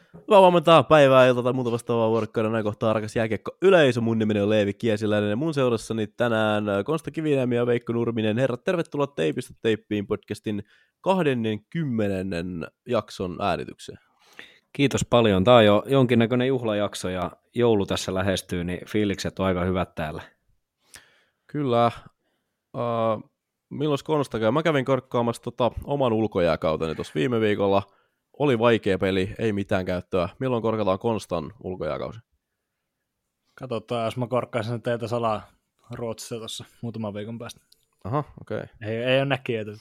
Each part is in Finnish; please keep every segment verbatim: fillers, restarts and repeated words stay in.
Hyvää huomenta, päivää, iltaa tai muuta vastaavaa vuorokauden näin kohtaa rakas jääkiekko yleisö. Mun nimeni on Leevi Kiesiläinen ja mun seurassani tänään Konsta Kiviniemi ja Veikko Nurminen. Herrat, tervetuloa Teipistä Teippiin podcastin kaksikymmentä jakson äänitykseen. Kiitos paljon. Tämä on jo jonkinnäköinen juhlajakso ja joulu tässä lähestyy, niin fiilikset on aika hyvät täällä. Kyllä. Uh, milloin Konsta käy? Mä kävin korkkaamassa tota oman ulkojääkauteni tuossa viime viikolla. Oli vaikea peli, ei mitään käyttöä. Milloin korkataan Konstan ulkojääkausi? Katsotaan, jos mä korkkaisin teiltä salaa Ruotsissa tuossa muutaman viikon päästä. Aha, okei. Okay. Ei, ei ole näkijätä.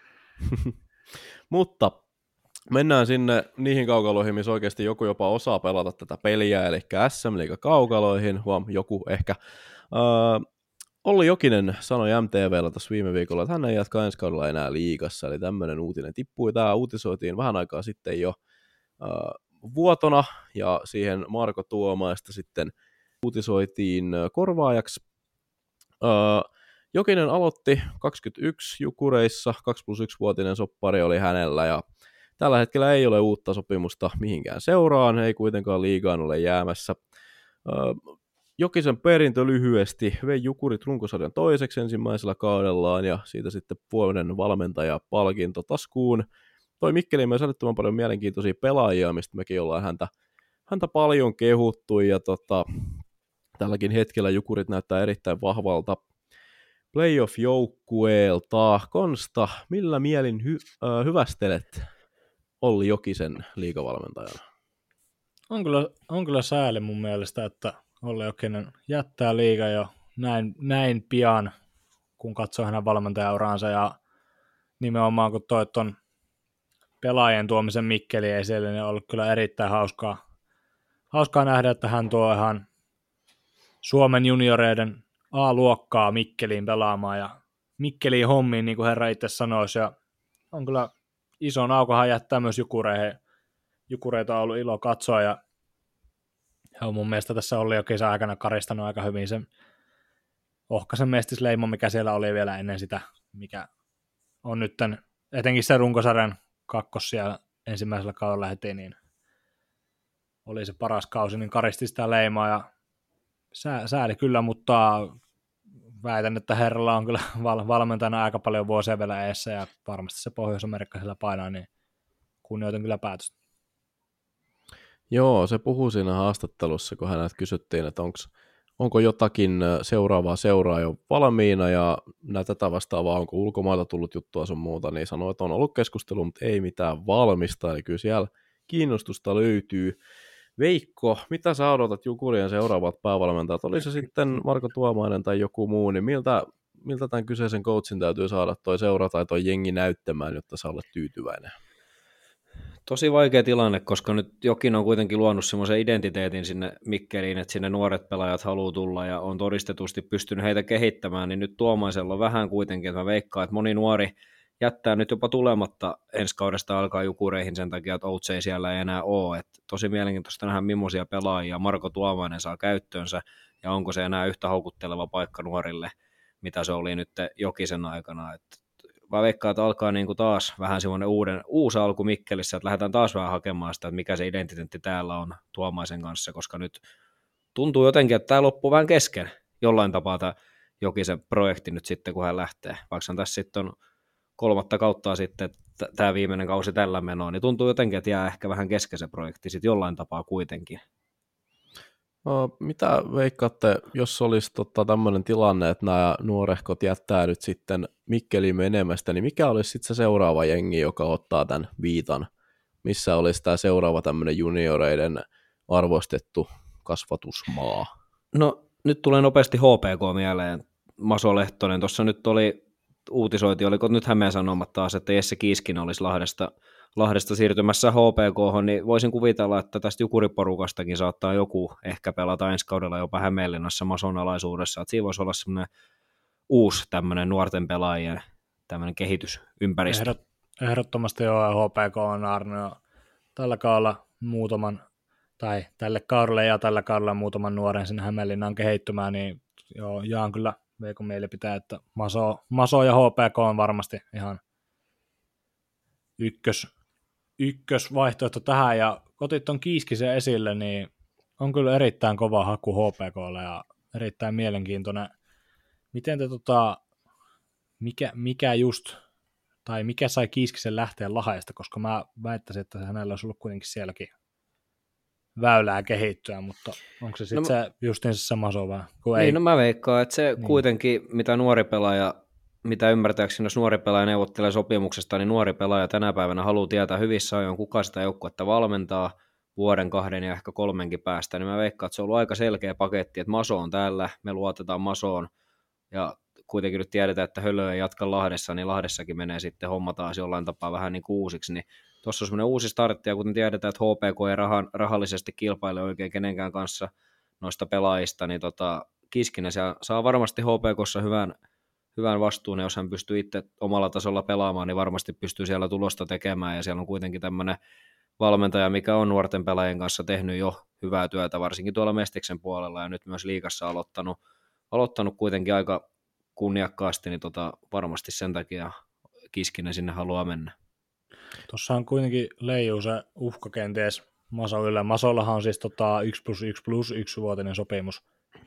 Mutta mennään sinne niihin kaukaloihin, missä oikeasti joku jopa osaa pelata tätä peliä, eli S M-liiga kaukaloihin, huom, joku ehkä. Uh, Olli Jokinen sanoi M T V:llä tuossa viime viikolla, että hän ei jatka ensi kaudella enää liigassa, eli tämmöinen uutinen tippui. Tämä uutisoitiin vähän aikaa sitten jo uh, vuotona, ja siihen Marko Tuomaista sitten uutisoitiin korvaajaksi. Uh, Jokinen aloitti kaksikymmentäyksi Jukureissa, kaksi plus yksi vuotinen soppari oli hänellä, ja tällä hetkellä ei ole uutta sopimusta mihinkään seuraan, ei kuitenkaan liigaan ole jäämässä. Uh, Jokisen perintö lyhyesti vei Jukurit runkosarjan toiseksi ensimmäisellä kaudellaan ja siitä sitten vuoden valmentajapalkinto taskuun. Toi Mikkeliin myös älyttömän paljon mielenkiintoisia pelaajia, mistä mekin ollaan häntä, häntä paljon kehuttu ja tota, tälläkin hetkellä Jukurit näyttää erittäin vahvalta playoff-joukkueelta. Konsta, millä mielin hy- äh, hyvästelet Olli Jokisen liigavalmentajana? On kyllä, on kyllä sääli mun mielestä, että Olli Jokinen jättää liigan jo näin, näin pian, kun katsoo hänen valmentajauraansa, ja nimenomaan kun toi ton pelaajien tuomisen Mikkeliin esille, niin on ollut kyllä erittäin hauskaa, hauskaa nähdä, että hän tuo ihan Suomen junioreiden A-luokkaa Mikkeliin pelaamaan ja Mikkeliin hommiin, niin kuin herra itse sanoisi, ja on kyllä iso naukohan jättää myös Jukureihin. Jukureita on ollut ilo katsoa, ja he on mun mielestä tässä Olli Jokisen aikana karistanut aika hyvin sen ohkaisen mestisleimon, mikä siellä oli vielä ennen sitä, mikä on nyt etenkin se runkosarjan kakkos siellä ensimmäisellä kaudella heti, niin oli se paras kausi, niin karisti sitä leimaa, ja sää, sääli kyllä, mutta väitän, että herralla on kyllä val- valmentajana aika paljon vuosia vielä eessä, ja varmasti se Pohjois-Amerikka siellä painaa, niin kunnioitan kyllä päätöstä. Joo, se puhui siinä haastattelussa, kun hänet kysyttiin, että onks, onko jotakin seuraavaa seuraa jo valmiina ja tätä vastaavaa, onko ulkomailta tullut juttua sun muuta, niin sanoi, että on ollut keskustelu, mutta ei mitään valmista, eli kyllä siellä kiinnostusta löytyy. Veikko, mitä sä odotat Jukurien seuraavat päävalmentajat? Oli se sitten Marko Tuomainen tai joku muu, niin miltä, miltä tämän kyseisen coachin täytyy saada toi seura tai toi jengi näyttämään, jotta sä olet tyytyväinen? Tosi vaikea tilanne, koska nyt Jokin on kuitenkin luonut semmoisen identiteetin sinne Mikkeliin, että sinne nuoret pelaajat haluaa tulla ja on todistetusti pystynyt heitä kehittämään, niin nyt Tuomaisella on vähän kuitenkin, että mä veikkaan, että moni nuori jättää nyt jopa tulematta ensi kaudesta alkaa Jukureihin sen takia, että Outsei siellä ei enää ole. Et tosi mielenkiintoista nähdä, millaisia pelaajia Marko Tuomainen saa käyttöönsä ja onko se enää yhtä houkutteleva paikka nuorille, mitä se oli nyt Jokisen aikana. Et mä veikkaan, että alkaa niinku taas vähän semmoinen uuden, uusi alku Mikkelissä, että lähdetään taas vähän hakemaan sitä, että mikä se identiteetti täällä on Tuomaisen kanssa, koska nyt tuntuu jotenkin, että tämä loppuu vähän kesken jollain tapaa tämä Jokisen projekti nyt sitten, kun hän lähtee. Vaikka on tässä sitten on kolmatta kautta sitten tämä viimeinen kausi tällä menoa, niin tuntuu jotenkin, että jää ehkä vähän kesken se projekti sitten jollain tapaa kuitenkin. No, mitä veikkaatte, jos olisi tota, tämmöinen tilanne, että nämä nuorehkot jättää nyt sitten Mikkeliin menemästä, niin mikä olisi sitten se seuraava jengi, joka ottaa tämän viitan? Missä olisi tämä seuraava tämmöinen junioreiden arvostettu kasvatusmaa? No nyt tulee nopeasti H P K mieleen. Maso Lehtonen, tuossa nyt oli uutisoiti, oliko nyt Hämeen Sanomat taas, että Jesse Kiiskinen olisi Lahdesta, Lahdesta siirtymässä H P K:hon, niin voisin kuvitella, että tästä Jukuriporukastakin saattaa joku ehkä pelata ensi kaudella jopa Hämeenlinnassa Mason alaisuudessa, että siinä voisi olla semmoinen uusi tämmöinen nuorten pelaajien tämmöinen kehitysympäristö. Ehdot, ehdottomasti joo, H P K on Arne tällä kaudella muutaman, tai tälle kaudelle ja tällä kaudella muutaman nuoren sinne Hämeenlinnaan kehittymään, niin joo, jaan kyllä Veikon mielipiteä, että Maso, Maso ja H P K on varmasti ihan ykkös, ykkösvaihtoehto tähän, ja otit ton Kiiskisen esille, niin on kyllä erittäin kova haku H P K:lle ja erittäin mielenkiintoinen. Miten te tota, mikä, mikä just, tai mikä sai Kiiskisen lähteä Lahdesta, koska mä väittäisin, että hänellä olisi ollut kuitenkin sielläkin väylää kehittyä, mutta onko se sitten no, se justiinsa sama so vai? Niin, ei... no mä veikkaan, että se niin. Kuitenkin, mitä nuori pelaaja, mitä ymmärtääkseni, jos nuori pelaaja neuvottelee sopimuksesta, niin nuori pelaaja tänä päivänä haluaa tietää hyvissä ajoin, kuka sitä joukkuetta valmentaa vuoden, kahden ja ehkä kolmenkin päästä, niin mä veikkaan, että se on ollut aika selkeä paketti, että Maso on täällä, me luotetaan Masoon, ja kuitenkin nyt tiedetään, että Hölö ei jatka Lahdessa, niin Lahdessakin menee sitten homma taas jollain tapaa vähän niin kuin uusiksi, niin tuossa on semmoinen uusi startti, ja kuten tiedetään, että H P K ei rahan, rahallisesti kilpaile oikein kenenkään kanssa noista pelaajista, niin tota, Kiskinen saa varmasti H P K:ssa hyvän, hyvän vastuun, ja jos hän pystyy itse omalla tasolla pelaamaan, niin varmasti pystyy siellä tulosta tekemään, ja siellä on kuitenkin tämmöinen valmentaja, mikä on nuorten pelaajien kanssa tehnyt jo hyvää työtä, varsinkin tuolla Mestiksen puolella, ja nyt myös liigassa aloittanut, aloittanut kuitenkin aika kunniakkaasti, niin tota, varmasti sen takia Kiskinen sinne haluaa mennä. Tuossa on kuitenkin leijuu se uhka kenties Maso yllä. Masollahan on siis tota yksi plus yksi plus yksi vuotinen sopimus.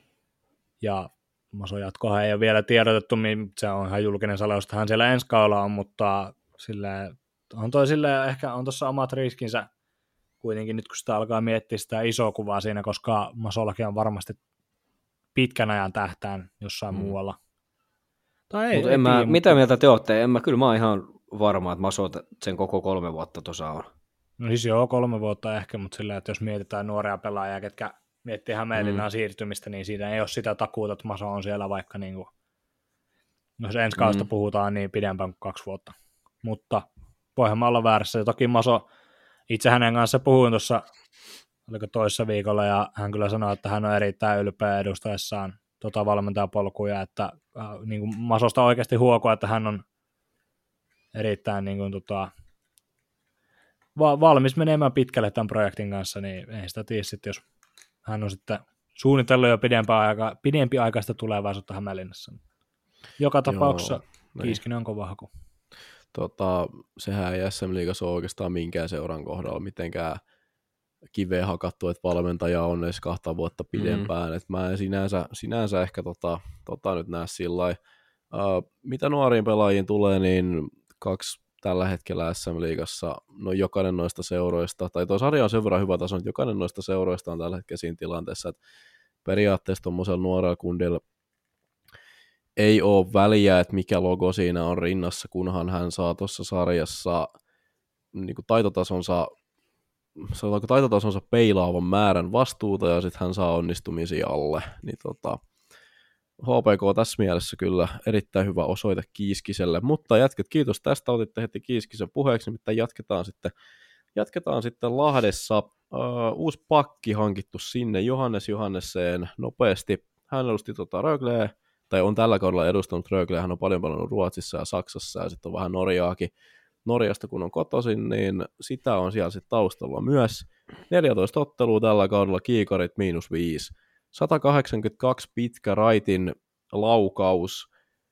Ja Maso jatkohan ei ole vielä tiedotettu, se on ihan julkinen salaus, että hän siellä ensi kaudella on, mutta silleen, on toi silleen, ehkä on tuossa omat riskinsä kuitenkin nyt, kun sitä alkaa miettiä sitä isoa kuvaa siinä, koska Masollakin on varmasti pitkän ajan tähtään jossain mm. muualla. Tai ei, en mä, tiedä, mitä mutta... mieltä te olette? En mä, kyllä mä oon ihan varma, että Maso sen koko kolme vuotta tuossa on. No siis joo, kolme vuotta ehkä, mutta sillä, että jos mietitään nuoria pelaajia, ketkä miettii Hämeenlinnaan mm. siirtymistä, niin siitä ei ole sitä takuuta, että Maso on siellä vaikka niin kuin, jos ensi kaudesta mm. puhutaan, niin pidempään kuin kaksi vuotta. Mutta voihan mä olla väärässä. Ja toki Maso, itse hänen kanssa puhuin tuossa, oliko toissa viikolla, ja hän kyllä sanoi, että hän on erittäin ylpeä edustaessaan tota valmentajapolkuja, että äh, niin kuin Masosta oikeasti huokua, että hän on erittäin niin kuin, tota, va- valmis menemään pitkälle tämän projektin kanssa, niin ei sitä tiedä sitten, jos hän on sitten suunnitellut jo aika, pidempi aikaista tulevaisuutta Hämeenlinnassa. Joka tapauksessa Joo, Kiiskinen on kova haku. Tota, sehän ei S M-liigassa ole oikeastaan minkään seuran kohdalla mitenkään kiveen hakattu, että valmentaja on edes kahta vuotta pidempään. Mm. Et mä en sinänsä, sinänsä ehkä tota, tota nyt näe sillä lailla. Uh, mitä nuoriin pelaajiin tulee, niin kaksi tällä hetkellä S M-liigassa, no jokainen noista seuroista, tai tuo sarja on sen verran hyvä taso, että jokainen noista seuroista on tällä hetkellä siinä tilanteessa, että periaatteessa tuommoisella nuorella kundilla ei ole väliä, että mikä logo siinä on rinnassa, kunhan hän saa tuossa sarjassa niin kuin taitotasonsa, sanotaanko taitotasonsa peilaavan määrän vastuuta, ja sitten hän saa onnistumisia alle. Niin tota, H P K tässä mielessä kyllä erittäin hyvä osoite Kiiskiselle, mutta jätket, kiitos tästä, otitte heti Kiiskisen puheeksi, nimittäin jatketaan sitten, jatketaan sitten Lahdessa. Uh, uusi pakki hankittu sinne, Johannes Johannesseen nopeasti. Hän edusti tota Rögleä, tai on tällä kaudella edustanut Rögleä, hän on paljon paljon Ruotsissa ja Saksassa, ja sitten on vähän Norjaakin. Norjasta kun on kotoisin, niin sitä on siellä sitten taustalla myös. neljätoista ottelua tällä kaudella, kiikarit miinus viisi. sata kahdeksankymmentäkaksi pitkä raitin laukaus.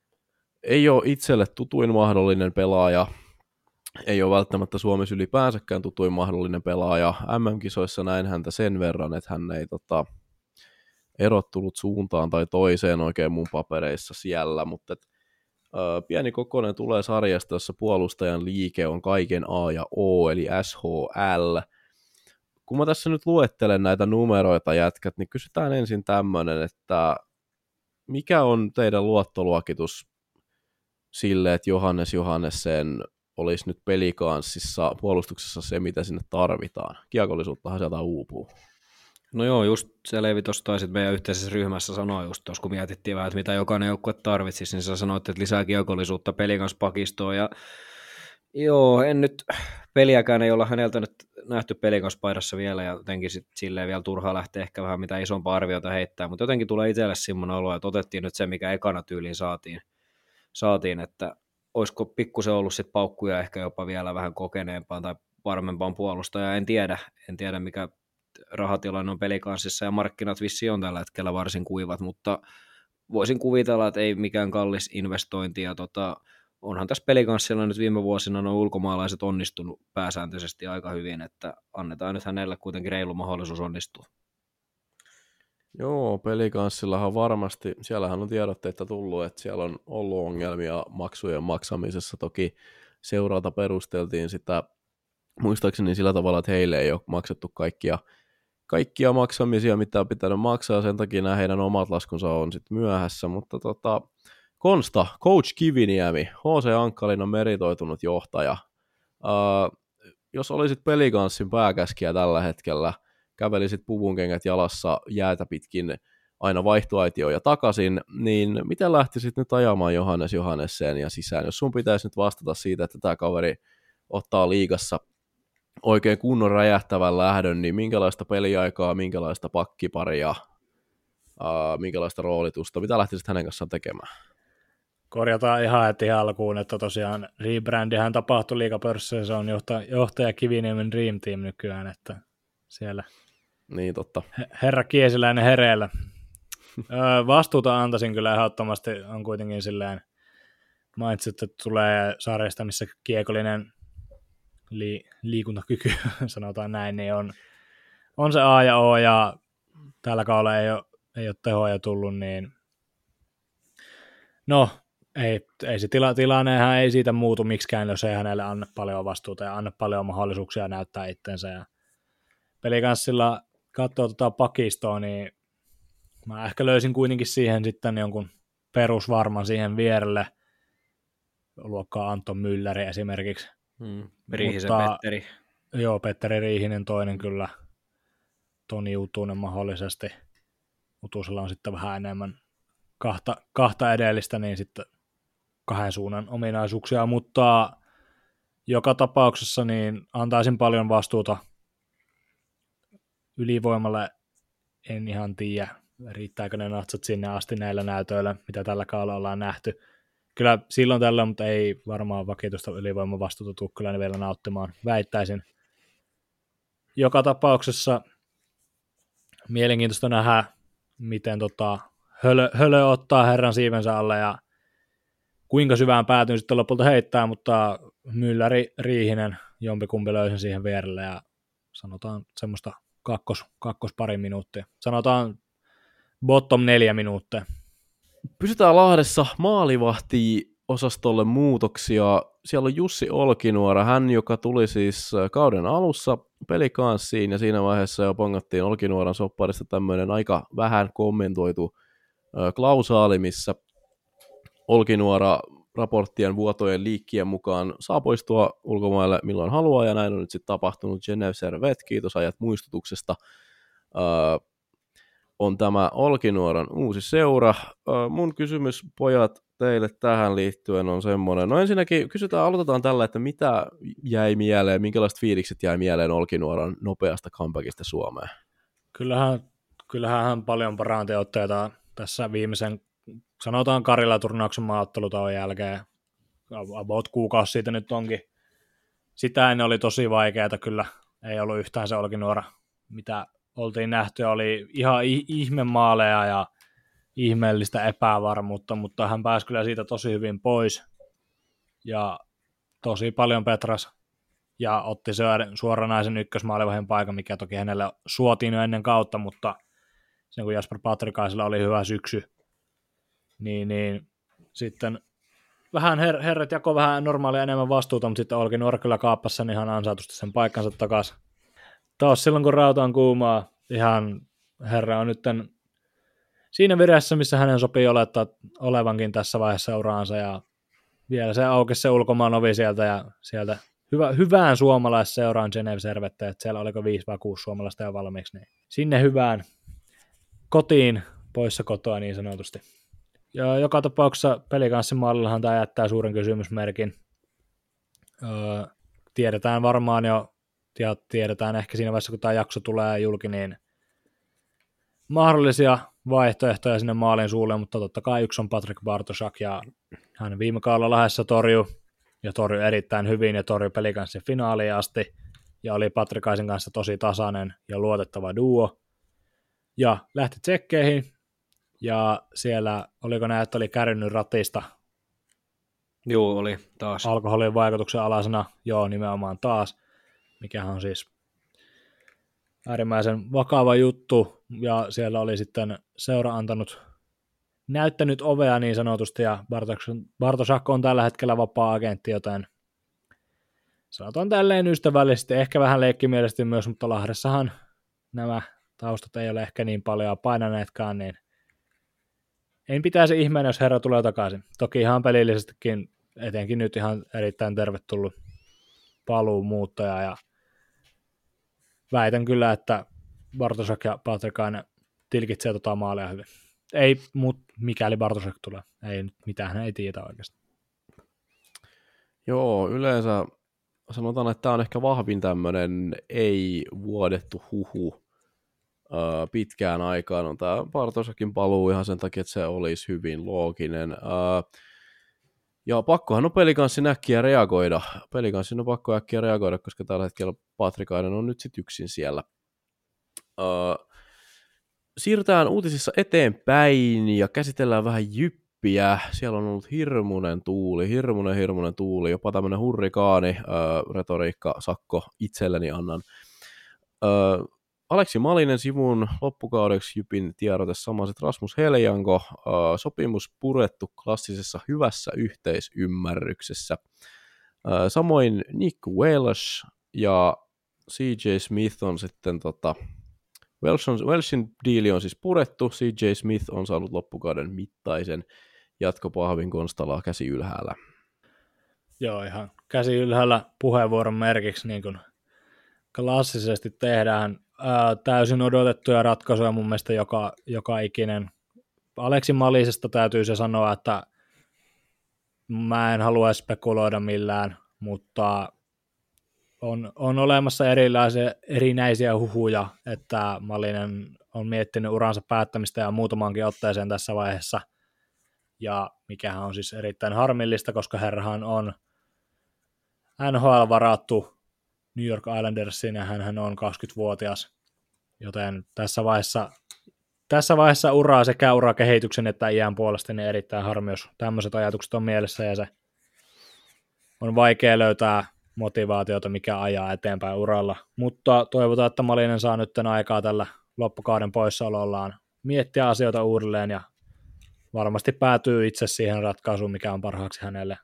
Ei ole itselle tutuin mahdollinen pelaaja. Ei ole välttämättä Suomessa ylipäänsäkään tutuin mahdollinen pelaaja. M M-kisoissa näin häntä sen verran, että hän ei tota, erottunut suuntaan tai toiseen oikein mun papereissa siellä, mutta et, ö, pieni kokoinen tulee sarjasta, jossa puolustajan liike on kaiken A ja O, eli S H L. Kun mä tässä nyt luettelen näitä numeroita, jätkät, niin kysytään ensin tämmöinen, että mikä on teidän luottoluokitus sille, että Johannes Johannesen olisi nyt pelikanssissa puolustuksessa se, mitä sinne tarvitaan? Kiekollisuuttahan sieltä uupuu. No joo, just se Leevi tuossa taisit meidän yhteisessä ryhmässä sanoa just tuossa, kun mietittiin vähän, että mitä jokainen joukkue tarvitsisi, niin sä sanoit, että lisää kiekollisuutta pelikanssipakistoon, ja joo, en nyt, peliäkään ei olla häneltä nyt nähty pelikanssipaidassa vielä, ja jotenkin sit silleen vielä turhaa lähteä ehkä vähän mitä isompaa arviota heittää, mutta jotenkin tulee itselle semmoinen olo, että otettiin nyt se, mikä ekana tyyliin saatiin, saatiin että olisiko pikkusen ollut sit paukkuja ehkä jopa vielä vähän kokeneempaan tai varmempaan puolustajaan, en tiedä, en tiedä mikä rahatilanne on pelikanssissa, ja markkinat vissiin on tällä hetkellä varsin kuivat, mutta voisin kuvitella, että ei mikään kallis investointi, ja tota, onhan tässä pelikanssilla nyt viime vuosina nuo ulkomaalaiset onnistunut pääsääntöisesti aika hyvin, että annetaan nyt hänelle kuitenkin reilu mahdollisuus onnistua. Joo, pelikanssillahan varmasti, siellähän on tiedotteita tullut, että siellä on ollut ongelmia maksujen maksamisessa. Toki seuralta perusteltiin sitä, muistaakseni sillä tavalla, että heille ei ole maksettu kaikkia, kaikkia maksamisia, mitä on pitänyt maksaa, sen takia nämä heidän omat laskunsa on sitten myöhässä, mutta tota, Konsta, Coach Kiviniemi, H C Ankkalin on meritoitunut johtaja. Uh, jos olisit pelikanssin pääkäskijä tällä hetkellä, kävelisit puvunkengät jalassa jäätä pitkin aina vaihtoaitioon ja takaisin, niin miten lähtisit nyt ajamaan Johannes Johannesseen ja sisään? Jos sun pitäisi nyt vastata siitä, että tämä kaveri ottaa liigassa oikein kunnon räjähtävän lähdön, niin minkälaista peliaikaa, minkälaista pakkiparia, uh, minkälaista roolitusta, mitä lähtisit hänen kanssaan tekemään? Korjataan ihan heti alkuun, että tosiaan rebrandihän tapahtui liigapörssissä, se on johtaja, johtaja Kiviniemen Dream Team nykyään, että siellä niin, totta. Herra Kiesiläinen hereillä. Vastuuta antaisin kyllä ehdottomasti, on kuitenkin silleen, mainitsit, että tulee sarjasta, missä kiekollinen li, liikuntakyky, sanotaan näin, niin on, on se A ja O, ja tällä kaudella ei ole, ei ole tehoja tullut, niin no, ei, ei se tila, tilannehan ei siitä muutu miksikään, jos ei hänelle anna paljon vastuuta ja anna paljon mahdollisuuksia näyttää itsensä, ja pelikanssilla katsoo tuota pakistoa, niin mä ehkä löysin kuitenkin siihen sitten jonkun perusvarman siihen vierelle, luokkaa Anton Mülleri esimerkiksi. Hmm. Riihisen Mutta, Petteri. Joo, Petteri Riihinen toinen kyllä, Toni Utunen mahdollisesti. Utusella on sitten vähän enemmän kahta, kahta edellistä, niin sitten kahden suunnan ominaisuuksia, mutta joka tapauksessa niin antaisin paljon vastuuta Ylivoimalle. En ihan tiedä, riittääkö ne natsat sinne asti näillä näytöillä, mitä tällä kaudella ollaan nähty. Kyllä silloin tällä, mutta ei varmaan vakituista ylivoiman vastuuta tule kyllä ne vielä nauttimaan, väittäisin. Joka tapauksessa mielenkiintoista nähdä, miten tota hölö, hölö ottaa herran siivensä alle ja kuinka syvään päätyy sitten lopulta heittää, mutta Mylläri, Riihinen, jompikumpi löysin siihen vierelle ja sanotaan semmoista kakkos, kakkos pari minuuttia. Sanotaan bottom neljä minuuttia. Pysytään Lahdessa maalivahti-osastolle muutoksia. Siellä on Jussi Olkinuora, hän joka tuli siis kauden alussa pelikanssiin ja siinä vaiheessa jo pongattiin Olkinuoran sopparista tämmöinen aika vähän kommentoitu klausaali, missä Olkinuora raporttien vuotojen liikkien mukaan saa poistua ulkomaille milloin haluaa, ja näin on nyt sitten tapahtunut. Genève Servette, kiitos ajat muistutuksesta, öö, on tämä Olkinuoran uusi seura. Öö, mun kysymys, pojat, teille tähän liittyen on semmoinen. No ensinnäkin kysytään, aloitetaan tällä, että mitä jäi mieleen, minkälaiset fiilikset jäi mieleen Olkinuoran nopeasta comebackista Suomeen? Kyllähän, kyllähän hän paljon paranti otteita tässä viimeisen, sanotaan Karila-turnauksen maaottelutauon jälkeen, about kuukausi siitä nyt onkin. Sitä ennen oli tosi vaikeaa, kyllä ei ollut yhtään se Olkinuora, mitä oltiin nähty, oli ihan ihme maaleja ja ihmeellistä epävarmuutta, mutta hän pääsi kyllä siitä tosi hyvin pois ja tosi paljon petras ja otti suoranaisen ykkösmaalivahdin paikan, mikä toki hänelle suotiin jo ennen kautta, mutta sen kun Jasper Patrikaisella oli hyvä syksy, niin, niin sitten vähän her- herrat jako vähän normaalia enemmän vastuuta, mutta sitten Olkinuora kyllä kaappasi sen ihan ansaitusti sen paikkansa takaisin. Taas silloin, kun rauta on kuumaa, ihan herra on nyt siinä vireessä, missä hänen sopii olettaa olevankin tässä vaiheessa uraansa, ja vielä se aukesi se ulkomaan ovi sieltä, ja sieltä hyvä, hyvään suomalaisseuraan Genève Servette, että siellä oliko viisi vai kuusi suomalaista jo valmiiksi, niin sinne hyvään kotiin, poissa kotoa niin sanotusti. Ja joka tapauksessa pelikanssin maalillahan tämä jättää suuren kysymysmerkin. Öö, tiedetään varmaan jo, ja tiedetään ehkä siinä vaiheessa, kun tämä jakso tulee julki, niin mahdollisia vaihtoehtoja sinne maalin suulle, mutta totta kai yksi on Patrik Bartoszak, ja hän viime kaudella Lahdessa torjui, ja torjui erittäin hyvin, ja torjui pelikanssin finaaliin asti, ja oli Patrikaisen kanssa tosi tasainen ja luotettava duo, ja lähti tsekkeihin, ja siellä, oliko näin, että oli kärrynyt ratista Joo, oli taas. Alkoholin vaikutuksen alasena, joo, nimenomaan taas, mikähän on siis äärimmäisen vakava juttu, ja siellä oli sitten seura antanut, näyttänyt ovea niin sanotusti, ja Bartoszak on tällä hetkellä vapaa-agentti, joten sanotaan tälleen ystävällisesti, ehkä vähän leikkimielisesti myös, mutta Lahdessahan nämä taustat ei ole ehkä niin paljon painaneetkaan, niin en pitäisi ihmeen, jos herra tulee takaisin. Toki ihan pelillisestikin, etenkin nyt ihan erittäin tervetullut paluu muuttaja, ja väitän kyllä, että Bartoszak ja Patrikainen tilkitsee tota maalia hyvin. Ei, mutta mikäli Bartoszak tulee. Ei mitään, hän ei tiedä oikeastaan. Joo, yleensä sanotaan, että tämä on ehkä vahvin tämmöinen ei-vuodettu huhu öö, pitkään aikaan. On tämä Bartoszakin paluu ihan sen takia, että se olisi hyvin looginen. Öö, ja pakkohan on pelikanssin äkkiä reagoida. Pelikanssin on pakko äkkiä reagoida, koska tällä hetkellä Patrikainen on nyt sitten yksin siellä. Öö, siirrytään uutisissa eteenpäin ja käsitellään vähän jyppiä. Siellä on ollut hirmuinen tuuli, hirmuinen hirmuinen tuuli, jopa tämmöinen hurrikaani, öö, retoriikka, sakko itselleni annan. Öö, Aleksi Malinen sivun loppukaudeksi Jypin tiedote samaset Rasmus Heljanko, öö, sopimus purettu klassisessa hyvässä yhteisymmärryksessä. Öö, samoin Nick Welsh ja C J Smith on sitten tota, Welshin diili on siis purettu, C J Smith on saanut loppukauden mittaisen jatkopahvin Konstalaa käsi ylhäällä. Joo, ihan käsi ylhäällä puheenvuoron merkiksi, niin kuin klassisesti tehdään ää, täysin odotettuja ratkaisuja mun mielestä joka, joka ikinen. Aleksi Malisesta täytyy se sanoa, että mä en halua spekuloida millään, mutta on, on olemassa erilaisia erinäisiä huhuja, että Malinen on miettinyt uransa päättämistä ja muutamankin otteeseen tässä vaiheessa, ja mikähän on siis erittäin harmillista, koska herrahan on N H L-varattu New York Islandersiin, ja hän on kaksikymmentävuotias, joten tässä vaiheessa, tässä vaiheessa uraa sekä urakehityksen että iän puolesta niin erittäin harmi, jos tämmöiset ajatukset on mielessä, ja se on vaikea löytää motivaatiota, mikä ajaa eteenpäin uralla, mutta toivotaan, että Malinen saa nyt aikaa tällä loppukauden poissaolollaan miettiä asioita uudelleen, ja varmasti päätyy itse siihen ratkaisuun, mikä on parhaaksi hänelle.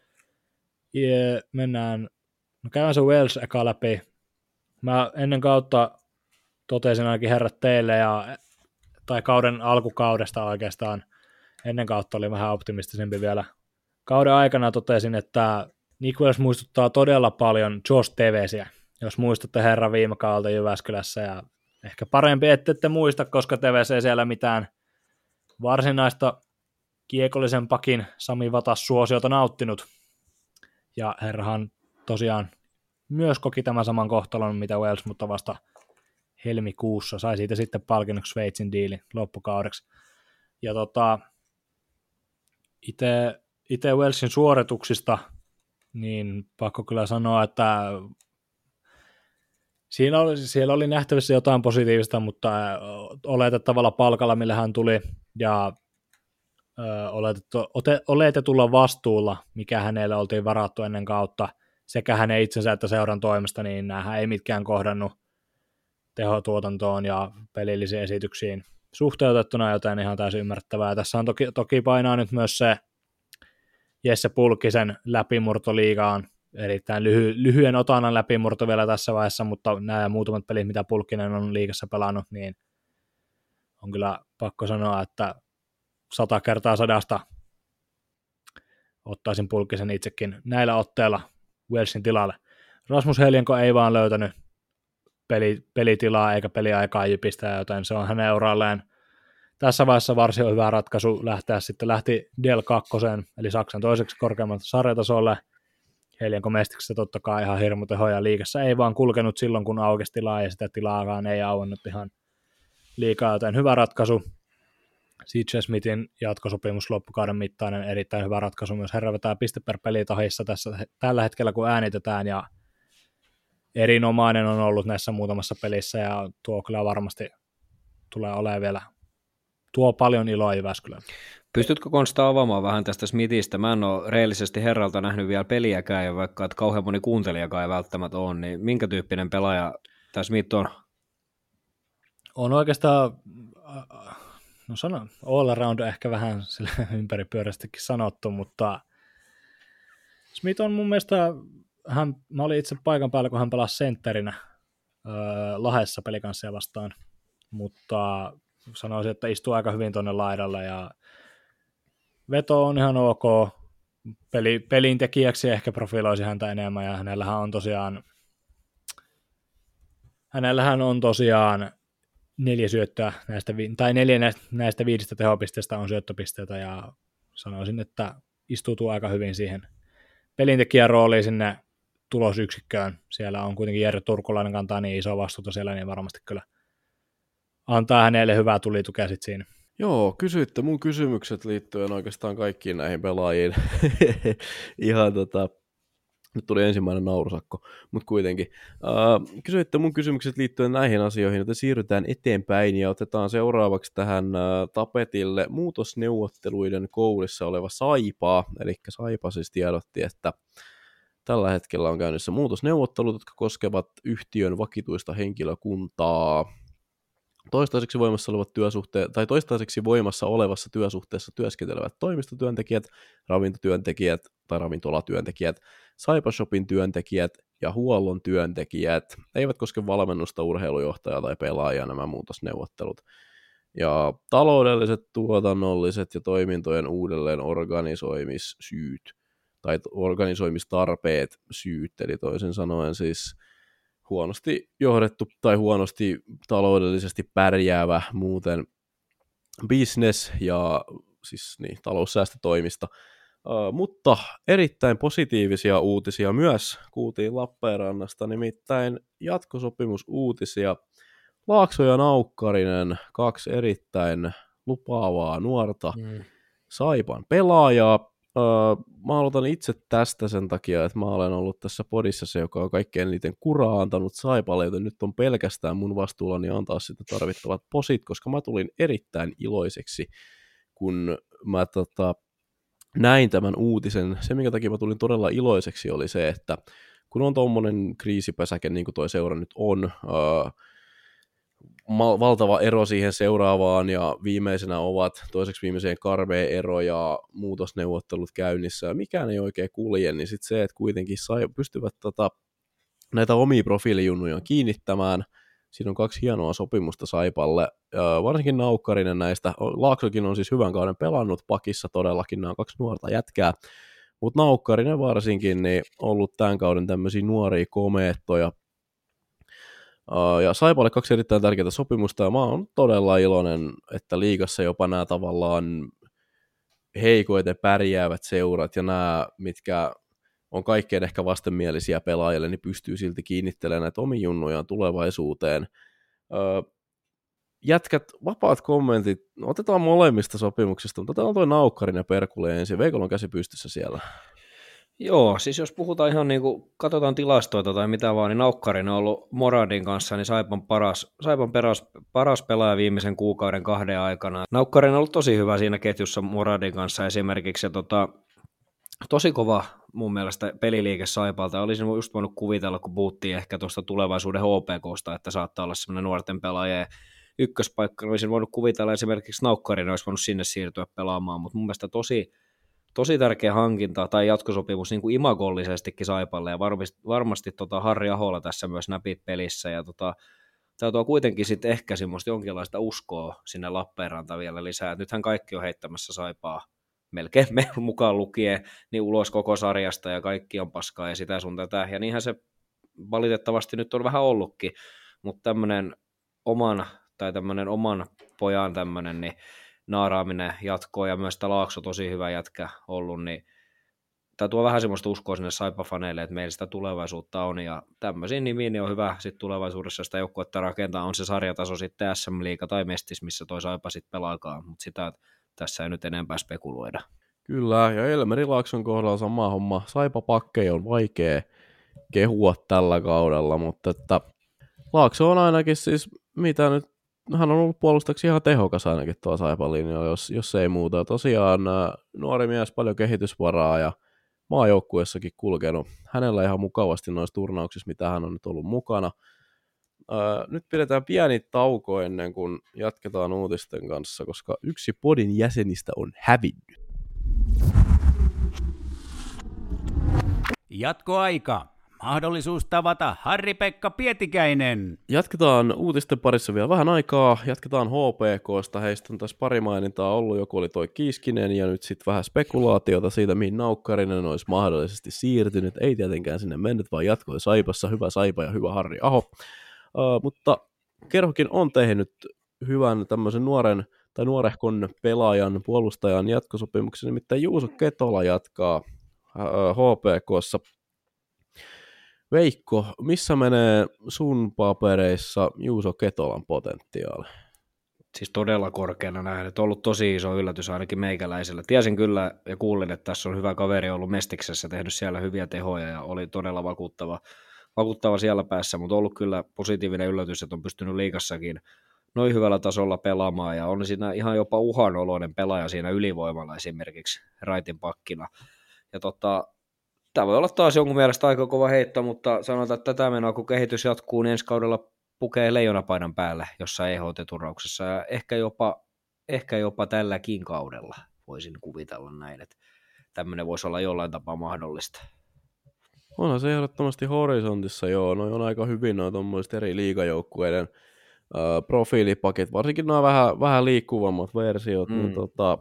Ja mennään, no käydään se Welsh eka läpi. Mä ennen kautta totesin ainakin herrat teille, ja, tai kauden alkukaudesta oikeastaan, ennen kautta oli vähän optimistisempi vielä. Kauden aikana totesin, että Nick Welsh muistuttaa todella paljon Josh Tevesiä, jos muistatte herran viime kaudelta Jyväskylässä, ja ehkä parempi ette, ette muista, koska Teves ei siellä mitään varsinaista kiekollisen pakin Sami Vatas suosiota nauttinut, ja herrahan tosiaan myös koki tämän saman kohtalon, mitä Welsh, mutta vasta helmikuussa sai siitä sitten palkinnoksi Sveitsin diili loppukaudeksi. Ja tota, itse, itse Welshin suorituksista, niin pakko kyllä sanoa, että siinä oli, siellä oli nähtävissä jotain positiivista, mutta oletettavalla palkalla, millä hän tuli, ja oletetulla vastuulla, mikä hänelle oltiin varattu ennen kautta, sekä hänen itsensä että seuran toimesta, niin näähän ei mitkään kohdannut tehotuotantoon ja pelillisiin esityksiin suhteutettuna, joten ihan täysin ymmärrettävää. Tässä on toki, toki painaa nyt myös se Jesse Pulkkisen läpimurto liigaan, erittäin lyhy, lyhyen otannan läpimurto vielä tässä vaiheessa, mutta nämä muutamat pelit, mitä Pulkkinen on liigassa pelannut, niin on kyllä pakko sanoa, että sata kertaa sadasta ottaisin Pulkkisen itsekin näillä otteilla Welshin tilalle. Rasmus Heljanko ei vaan löytänyt peli, pelitilaa eikä peliaikaa Jypistä, joten se on hänen uralleen tässä vaiheessa varsin hyvä ratkaisu lähteä sitten. Lähti D L kaksi, eli Saksan toiseksi korkeammalta sarjatasolle. Heljanko mestiksestä totta kai ihan hirmu tehoja liigassa. Ei vaan kulkenut silloin, kun aukesi tilaa, ja sitä tilaakaan ei auennut ihan liikaa, joten hyvä ratkaisu. C J Smithin jatkosopimus loppukauden mittainen, erittäin hyvä ratkaisu. Myös herra vetää piste per peli tahissa tässä, tällä hetkellä, kun äänitetään, ja erinomainen on ollut näissä muutamassa pelissä, ja tuo kyllä varmasti tulee olemaan vielä, tuo paljon iloa Jyväskylään. Pystytkö Konsta avaamaan vähän tästä Smithistä? Mä en ole reellisesti herralta nähnyt vielä peliäkään, ja vaikka että kauhean moni kuuntelijakaan ei välttämättä ole, niin minkä tyyppinen pelaaja tämä Smith on? On oikeastaan, no sanon, all around ehkä vähän sille ympäripyörästikin sanottu, mutta Smith on mun mielestä, hän, mä olin itse paikan päällä, kun hän pelasi sentterinä öö, Lahdessa pelikanssia vastaan, mutta sanoisin, että istuu aika hyvin tuonne laidalle ja veto on ihan ok. Peli, pelin tekijäksi ehkä profiloisi häntä enemmän ja hänellähän on tosiaan hänellähän on tosiaan neljä syöttöä näistä, tai neljä näistä, näistä viidestä tehopisteestä on syöttöpisteitä ja sanoisin, että istuutuu aika hyvin siihen pelintekijän rooliin sinne tulosyksikköön. Siellä on kuitenkin Jere Turkulainen kantaa niin iso vastuuta siellä, niin varmasti kyllä antaa hänelle hyvää tulitukea sitten siinä. Joo, kysyitte mun kysymykset liittyen oikeastaan kaikkiin näihin pelaajiin. Ihan tota, nyt tuli ensimmäinen naurusakko, mutta kuitenkin. Uh, kysyitte mun kysymykset liittyen näihin asioihin, joten siirrytään eteenpäin ja otetaan seuraavaksi tähän uh, tapetille muutosneuvotteluiden kourissa oleva Saipa. Eli Saipa siis tiedotti, että tällä hetkellä on käynnissä muutosneuvottelut, jotka koskevat yhtiön vakituista henkilökuntaa. Toistaiseksi voimassa olevat työsuhteet, tai toistaiseksi voimassa olevassa työsuhteessa työskentelevät toimistotyöntekijät, ravintotyöntekijät tai ravintolatyöntekijät, Saipa Shopin työntekijät ja huollon työntekijät eivät koske valmennusta, urheilujohtajaa tai pelaajaa nämä muutosneuvottelut. Ja taloudelliset, tuotannolliset ja toimintojen uudelleen organisoimissyyt tai organisoimistarpeet syyt, eli toisin sanoen siis huonosti johdettu tai huonosti taloudellisesti pärjäävä muuten business ja siis niin, taloussäästötoimista. Uh, mutta erittäin positiivisia uutisia myös kuultiin Lappeenrannasta, nimittäin jatkosopimusuutisia. Laakso ja Naukkarinen, kaksi erittäin lupaavaa nuorta mm. Saipan pelaajaa. Uh, mä aloitan itse tästä sen takia, että mä olen ollut tässä podissa se, joka on kaikkein eniten kuraa antanut Saipalle, joten nyt on pelkästään mun vastuullani antaa sitä tarvittavat posit, koska mä tulin erittäin iloiseksi, kun mä tota, näin tämän uutisen. Se, minkä takia mä tulin todella iloiseksi, oli se, että kun on tommonen kriisipesäke, niin kuin toi seura nyt on, uh, valtava ero siihen seuraavaan ja viimeisenä ovat toiseksi viimeiseen karmea ero ja muutosneuvottelut käynnissä ja mikään ei oikein kulje, niin sitten se, että kuitenkin sai, pystyvät tota, näitä omia profiilijunnuja kiinnittämään. Siinä on kaksi hienoa sopimusta Saipalle, ja varsinkin Naukkarinen näistä. Laaksokin on siis hyvän kauden pelannut pakissa todellakin, nämä kaksi nuorta jätkää, mutta Naukkarinen varsinkin niin ollut tämän kauden tämmöisiä nuoria komeettoja. Uh, ja Saipalle kaksi erittäin tärkeää sopimusta, ja mä oon todella iloinen, että liigassa jopa nämä tavallaan heikoiten pärjäävät seurat, ja nämä, mitkä on kaikkein ehkä vastenmielisiä pelaajille, niin pystyy silti kiinnittelemään näitä omia junnujaan tulevaisuuteen. Uh, jätkät, vapaat kommentit, otetaan molemmista sopimuksista, mutta otetaan toi Naukkarinen ja Perkule ensin. Veikolla on käsi pystyssä siellä. Joo, siis jos puhutaan ihan niin kuin, katsotaan tilastoita tai mitä vaan, niin Naukkarinen on ollut Moradin kanssa, niin Saipan paras, Saipan paras, paras pelaaja viimeisen kuukauden kahden aikana. Naukkarinen on ollut tosi hyvä siinä ketjussa Moradin kanssa esimerkiksi, ja tota, tosi kova mun mielestä peliliike Saipalta. Olisin just voinut kuvitella, kun puhuttiin ehkä tuosta tulevaisuuden H P K:sta, että saattaa olla semmoinen nuorten pelaaja ykköspaikka. Olisin voinut kuvitella esimerkiksi Naukkarinen olisi voinut sinne siirtyä pelaamaan, mutta mun mielestä tosi Tosi tärkeä hankinta tai jatkosopimus niin kuin imagollisestikin Saipalle, ja varmasti, varmasti tota Harri Ahola tässä myös näpit pelissä, ja tota, tämä tuo kuitenkin sitten ehkä semmoista jonkinlaista uskoa sinne Lappeenrantaan vielä lisää. Et nythän kaikki on heittämässä Saipaa, melkein me mukaan lukien, niin ulos koko sarjasta, ja kaikki on paskaa ja sitä sun tätä, ja niinhän se valitettavasti nyt on vähän ollutkin, mutta tämmöinen oman, tai tämmöinen oman pojan tämmöinen, niin naaraaminen jatkoa, ja myös tämä Laakso tosi hyvä jätkä ollut, niin tämä tuo vähän semmoista uskoa sinne Saipa-faneille, että meillä sitä tulevaisuutta on, ja tämmöisiin nimiin niin on hyvä sitten tulevaisuudessa sitä joukkuetta rakentaa, on se sarjataso sitten S M-liiga tai Mestis, missä toi Saipa sitten pelaakaan, mutta sitä tässä ei nyt enempää spekuloida. Kyllä, ja Elmeri Laakson kohdalla sama homma. Saipa-pakkeja on vaikea kehua tällä kaudella, mutta että Laakso on ainakin siis, mitä nyt hän on ollut puolustajaksi ihan tehokas ainakin tuolla Saipan linjalla, jos, jos ei muuta. Tosiaan nuori mies, paljon kehitysvaraa ja maajoukkuessakin kulkenut. Hänellä ihan mukavasti noissa turnauksissa, mitä hän on nyt ollut mukana. Öö, nyt pidetään pieni tauko ennen kuin jatketaan uutisten kanssa, koska yksi podin jäsenistä on hävinnyt. Jatkoaika. Mahdollisuus tavata Harri-Pekka Pietikäinen. Jatketaan uutisten parissa vielä vähän aikaa. Jatketaan H P K:sta. Heistä on tässä pari mainintaa ollut. Joku oli toi Kiiskinen ja nyt sitten vähän spekulaatiota siitä, mihin Naukkarinen olisi mahdollisesti siirtynyt. Ei tietenkään sinne mennyt, vaan jatkoi Saipassa. Hyvä Saipa ja hyvä Harri Aho. Uh, mutta Kerhokin on tehnyt hyvän tämmöisen nuoren tai nuorehkon pelaajan, puolustajan jatkosopimuksen. Nimittäin Juuso Ketola jatkaa uh, H P K:ssa. Veikko, missä menee sun papereissa Juuso Ketolan potentiaali? Siis todella korkeana näin, että on ollut tosi iso yllätys ainakin meikäläisellä. Tiesin kyllä ja kuulin, että tässä on hyvä kaveri ollut Mestiksessä, tehnyt siellä hyviä tehoja ja oli todella vakuuttava, vakuuttava siellä päässä, mutta on ollut kyllä positiivinen yllätys, että on pystynyt liigassakin noin hyvällä tasolla pelaamaan ja on siinä ihan jopa uhanoloinen pelaaja siinä ylivoimalla esimerkiksi raitin pakkina. Ja tota, tämä voi olla taas jonkun mielestä aika kova heitto, mutta sanotaan, että tätä menoa kun kehitys jatkuu, niin ensi kaudella pukee leijonapaidan päälle jossain E H T-turnauksessa ja ehkä jopa, ehkä jopa tälläkin kaudella voisin kuvitella näin, että tämmöinen voisi olla jollain tapaa mahdollista. Onhan se ehdottomasti horisontissa, joo. No on aika hyvin noin tuommoiset eri liigajoukkueiden äh, profiilipakit, varsinkin nämä vähän, vähän liikkuvammat versiot, mm. niin tota,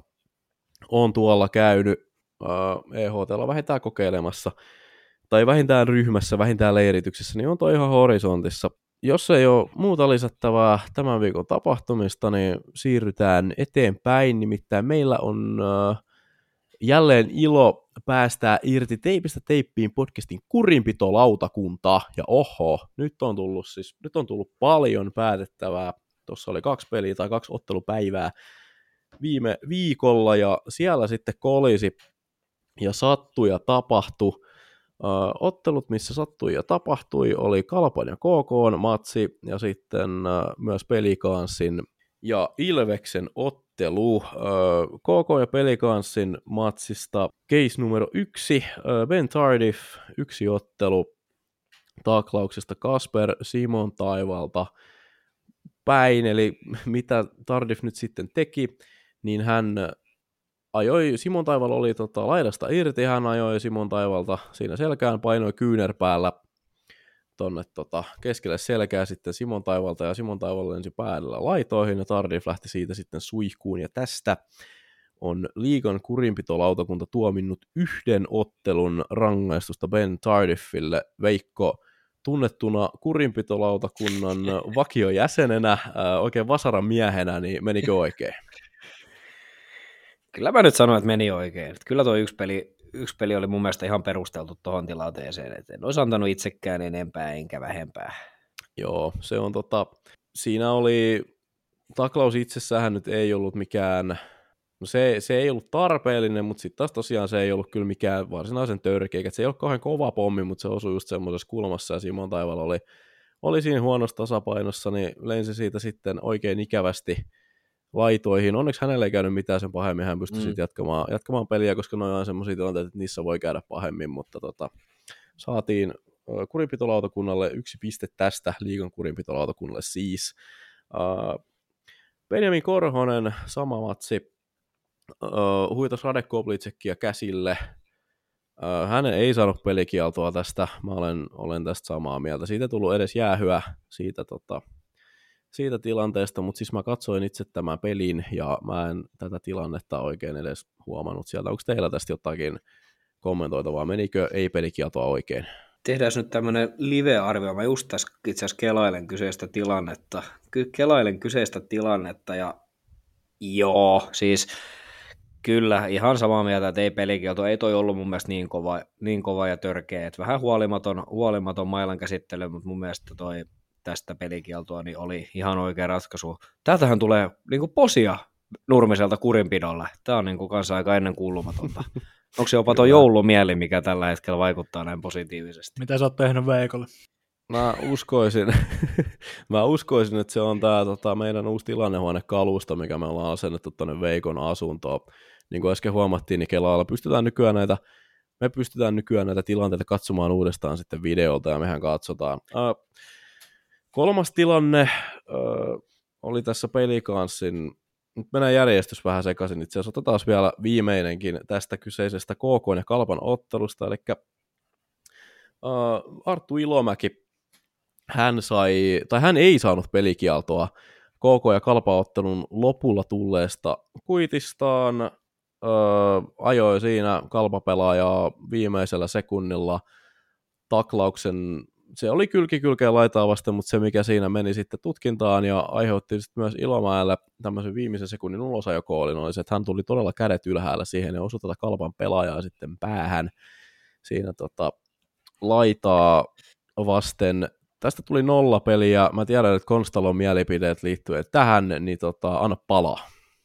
on tuolla käynyt äh, E H T:lla vähintään kokeilemassa, tai vähintään ryhmässä, vähintään leirityksessä, niin on toi ihan horisontissa. Jos ei ole muuta lisättävää tämän viikon tapahtumista, niin siirrytään eteenpäin. Nimittäin meillä on äh, jälleen ilo päästää irti Teipistä teippiin podcastin kurinpitolautakuntaa. Ja oho, nyt on tullut, siis, nyt on tullut paljon päätettävää. Tuossa oli kaksi peliä tai kaksi ottelupäivää viime viikolla, ja siellä sitten kolisi ja sattui ja tapahtui. Uh, ottelut, missä sattui ja tapahtui, oli Kalpan ja K K:n matsi ja sitten uh, myös Pelikanssin ja Ilveksen ottelu. Uh, K K ja Pelikanssin matsista case numero yksi, uh, Ben Tardif, yksi ottelu taklauksesta Kasper Simon Taivalta päin, eli mitä Tardif nyt sitten teki, niin hän ajoi, Simon Taival oli tota, laidasta irti, hän ajoi Simon Taivalta siinä selkään, painoi kyynärpäällä tonne tota, keskelle selkää sitten Simon Taivalta, ja Simon Taival lensi päällä laitoihin, ja Tardif lähti siitä sitten suihkuun, ja tästä on liigan kurinpitolautakunta tuominnut yhden ottelun rangaistusta Ben Tardifille. Veikko, tunnettuna kurinpitolautakunnan vakiojäsenenä, ää, oikein vasaran miehenä, niin menikö oikein? Kyllä mä nyt sanoin, että meni oikein. Kyllä tuo yksi peli, yksi peli oli mun mielestä ihan perusteltu tuohon tilanteeseen, että en olisi antanut itsekään enempää enkä vähempää. Joo, se on tota, siinä oli, taklaus itsessään nyt ei ollut mikään, no se, se ei ollut tarpeellinen, mutta sitten taas tosiaan se ei ollut kyllä mikään varsinaisen törkeä, että se ei ollut kauhean kova pommi, mutta se osui just semmoisessa kulmassa, ja Simon Taival oli, oli siinä huonossa tasapainossa, niin lensi siitä sitten oikein ikävästi laitoihin. Onneksi hänelle ei käynyt mitään sen pahemmin, hän pystyi mm. sitten jatkamaan, jatkamaan peliä, koska noin on semmoisia tilanteita, että niissä voi käydä pahemmin, mutta tota, saatiin kurinpitolautakunnalle yksi piste tästä, liigan kurinpitolautakunnalle siis. Uh, Benjamin Korhonen, sama matsi, uh, huitas Radek Koblitsekkia käsille. Uh, hän ei saanut pelikieltoa tästä, mä olen, olen tästä samaa mieltä. Siitä ei tullut edes jäähyä siitä tota, siitä tilanteesta, mutta siis mä katsoin itse tämän pelin ja mä en tätä tilannetta oikein edes huomannut sieltä. Onko teillä tästä jotakin kommentoitavaa? Menikö ei-pelikieltoa oikein? Tehdään nyt tämmöinen live-arvio. Mä just tässä itse asiassa kelailen kyseistä tilannetta. Ky- kelailen kyseistä tilannetta ja joo, siis kyllä ihan samaa mieltä, että ei pelikielto. Ei toi ollut mun mielestä niin kova, niin kova ja törkeä. Että vähän huolimaton, huolimaton mailan käsittely, mutta mun mielestä toi tästä pelikieltoa niin oli ihan oikea ratkaisu. Täältähän tulee niin kuin posia Nurmiselta kurinpidolla. Tämä on niin kuin kanssa aika ennenkuulumatonta. Onko se jopa tuo joulumieli, mikä tällä hetkellä vaikuttaa näin positiivisesti? Mitä sä oot tehnyt Veikolle? mä uskoisin, mä uskoisin, että se on tää tota, meidän uusi tilannehuonekalusta, mikä me ollaan asennettu tuonne Veikon asuntoon. Niin kuin äsken huomattiin, niin Kelaalla pystytään nykyään näitä, me pystytään nykyään näitä tilanteita katsomaan uudestaan sitten videolta, ja mehän katsotaan. Uh, kolmas tilanne uh, oli tässä Pelikanssin, nyt mennään järjestys vähän sekaisin, itse asiassa otetaan vielä viimeinenkin tästä kyseisestä K K ja Kalpan ottelusta, eli uh, Arttu Ilomäki, hän sai, tai hän ei saanut pelikieltoa K K ja Kalpa-ottelun lopulla tulleesta kuitistaan, öö, ajoi siinä Kalpa-pelaajaa viimeisellä sekunnilla taklauksen, se oli kylkikylkeen laitaa vasten, mutta se mikä siinä meni sitten tutkintaan ja aiheutti sitten myös Ilomäelle tämmöisen viimeisen sekunnin ulosajokoolin, oli se, että hän tuli todella kädet ylhäällä siihen ja osui tätä Kalpan pelaajaa sitten päähän siinä tota, laitaa vasten. Tästä tuli nolla peliä. Mä tiedän, että Konstalon mielipideet liittyen tähän, niin tota, anna palaa.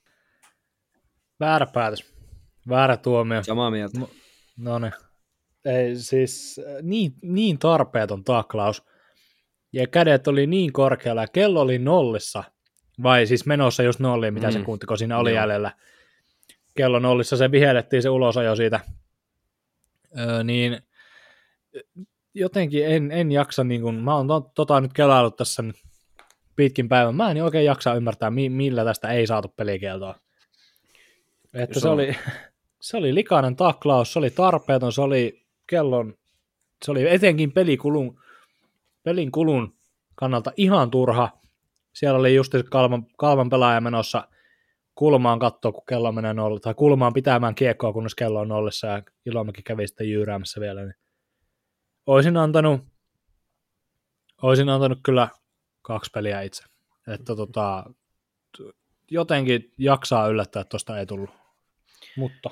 Väärä päätös. Väärä tuomio. Samaa mieltä. No niin. Ei siis niin, niin tarpeeton taklaus. Ja kädet oli niin korkealla ja kello oli nollissa. Vai siis menossa just nolliin, mitä mm. se kuunti, kun siinä oli Joo. jäljellä. Kello nollissa se vihellettiin se ulosajo siitä. Öö, niin jotenkin en, en jaksa, niin kun, mä oon to, tota nyt kelaillut tässä pitkin päivän, mä en oikein jaksa ymmärtää, mi, millä tästä ei saatu pelikieltoa. Että se, se, oli, se oli likainen taklaus, se oli tarpeeton, se oli kellon, se oli etenkin pelikulun, pelin kulun kannalta ihan turha. Siellä oli just Kalvan, Kalvan pelaaja menossa kulmaan katsoa, kun kello menee nolla, tai kulmaan pitämään kiekkoa, kunnes kello on nollissa, ja Ilomäki kävi sitten jyyräämässä vielä, niin Oisin antanut, oisin antanut kyllä kaksi peliä itse. Että tota, jotenkin jaksaa yllättää, että tuosta ei tullut. Mutta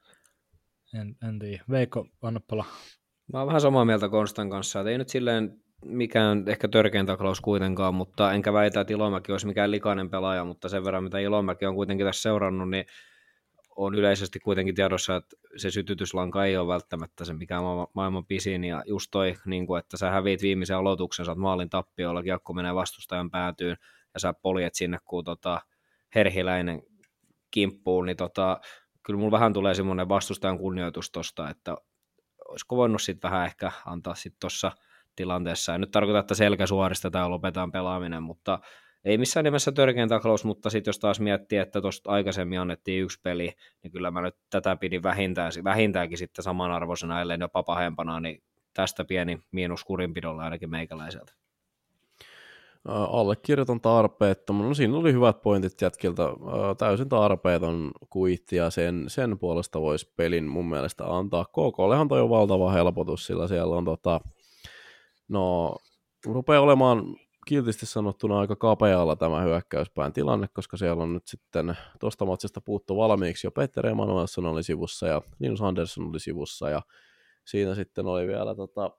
en, en tiedä. Veikko, anna palaa. Mä oon vähän samaa mieltä Konstan kanssa. Että ei nyt silleen mikään ehkä törkein taklaus kuitenkaan, mutta enkä väitä, että Ilomäki olisi mikään likainen pelaaja, mutta sen verran, mitä Ilomäki on kuitenkin tässä seurannut, niin on yleisesti kuitenkin tiedossa, että se sytytyslanka ei ole välttämättä se mikään maailman pisin, ja just toi, niin kuin, että sä häviit viimeisen aloituksen, sä oot maalin tappiolla, kiekko menee vastustajan päätyyn, ja sä poljet sinne, kun tota, Herhiläinen kimppuu, niin tota, kyllä mulla vähän tulee semmoinen vastustajan kunnioitus tosta, että olisiko voinut sitten vähän ehkä antaa sitten tuossa tilanteessa, ja nyt tarkoittaa, että selkä suoristetaan ja lopetaan pelaaminen, mutta ei missään nimessä törkein taklaus, mutta sitten jos taas miettii, että tuosta aikaisemmin annettiin yksi peli, niin kyllä mä nyt tätä pidin vähintään, vähintäänkin sitten samanarvoisena, ellei jopa pahempana, niin tästä pieni miinus kurinpidolla ainakin meikäläiseltä. Allekirjoitan tarpeettoman. No siinä oli hyvät pointit jätkiltä. Täysin tarpeeton kuitti ja sen, sen puolesta voisi pelin mun mielestä antaa. K Kllehan toi on valtava helpotus, sillä siellä on tota, no rupeaa olemaan kiltisti sanottuna aika kapealla tämä hyökkäyspään tilanne, koska siellä on nyt sitten tuosta matsista puuttu valmiiksi jo Petter Emanuelsson oli sivussa ja Linus Andersson oli sivussa ja siinä sitten oli vielä tota,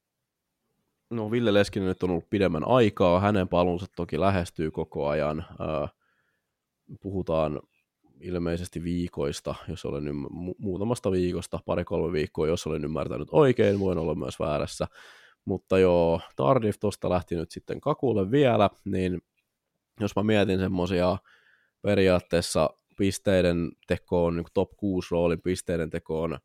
no Ville Leskinen nyt on ollut pidemmän aikaa, hänen paluunsa toki lähestyy koko ajan, äh, puhutaan ilmeisesti viikoista, jos olen ymm- mu- muutamasta viikosta, pari-kolme viikkoa, jos olen ymmärtänyt oikein, voin olla myös väärässä. Mutta joo, Tardif tuosta lähti nyt sitten kakulle vielä, niin jos mä mietin semmoisia periaatteessa pisteiden tekoon, niin top kuusi roolin pisteiden tekoon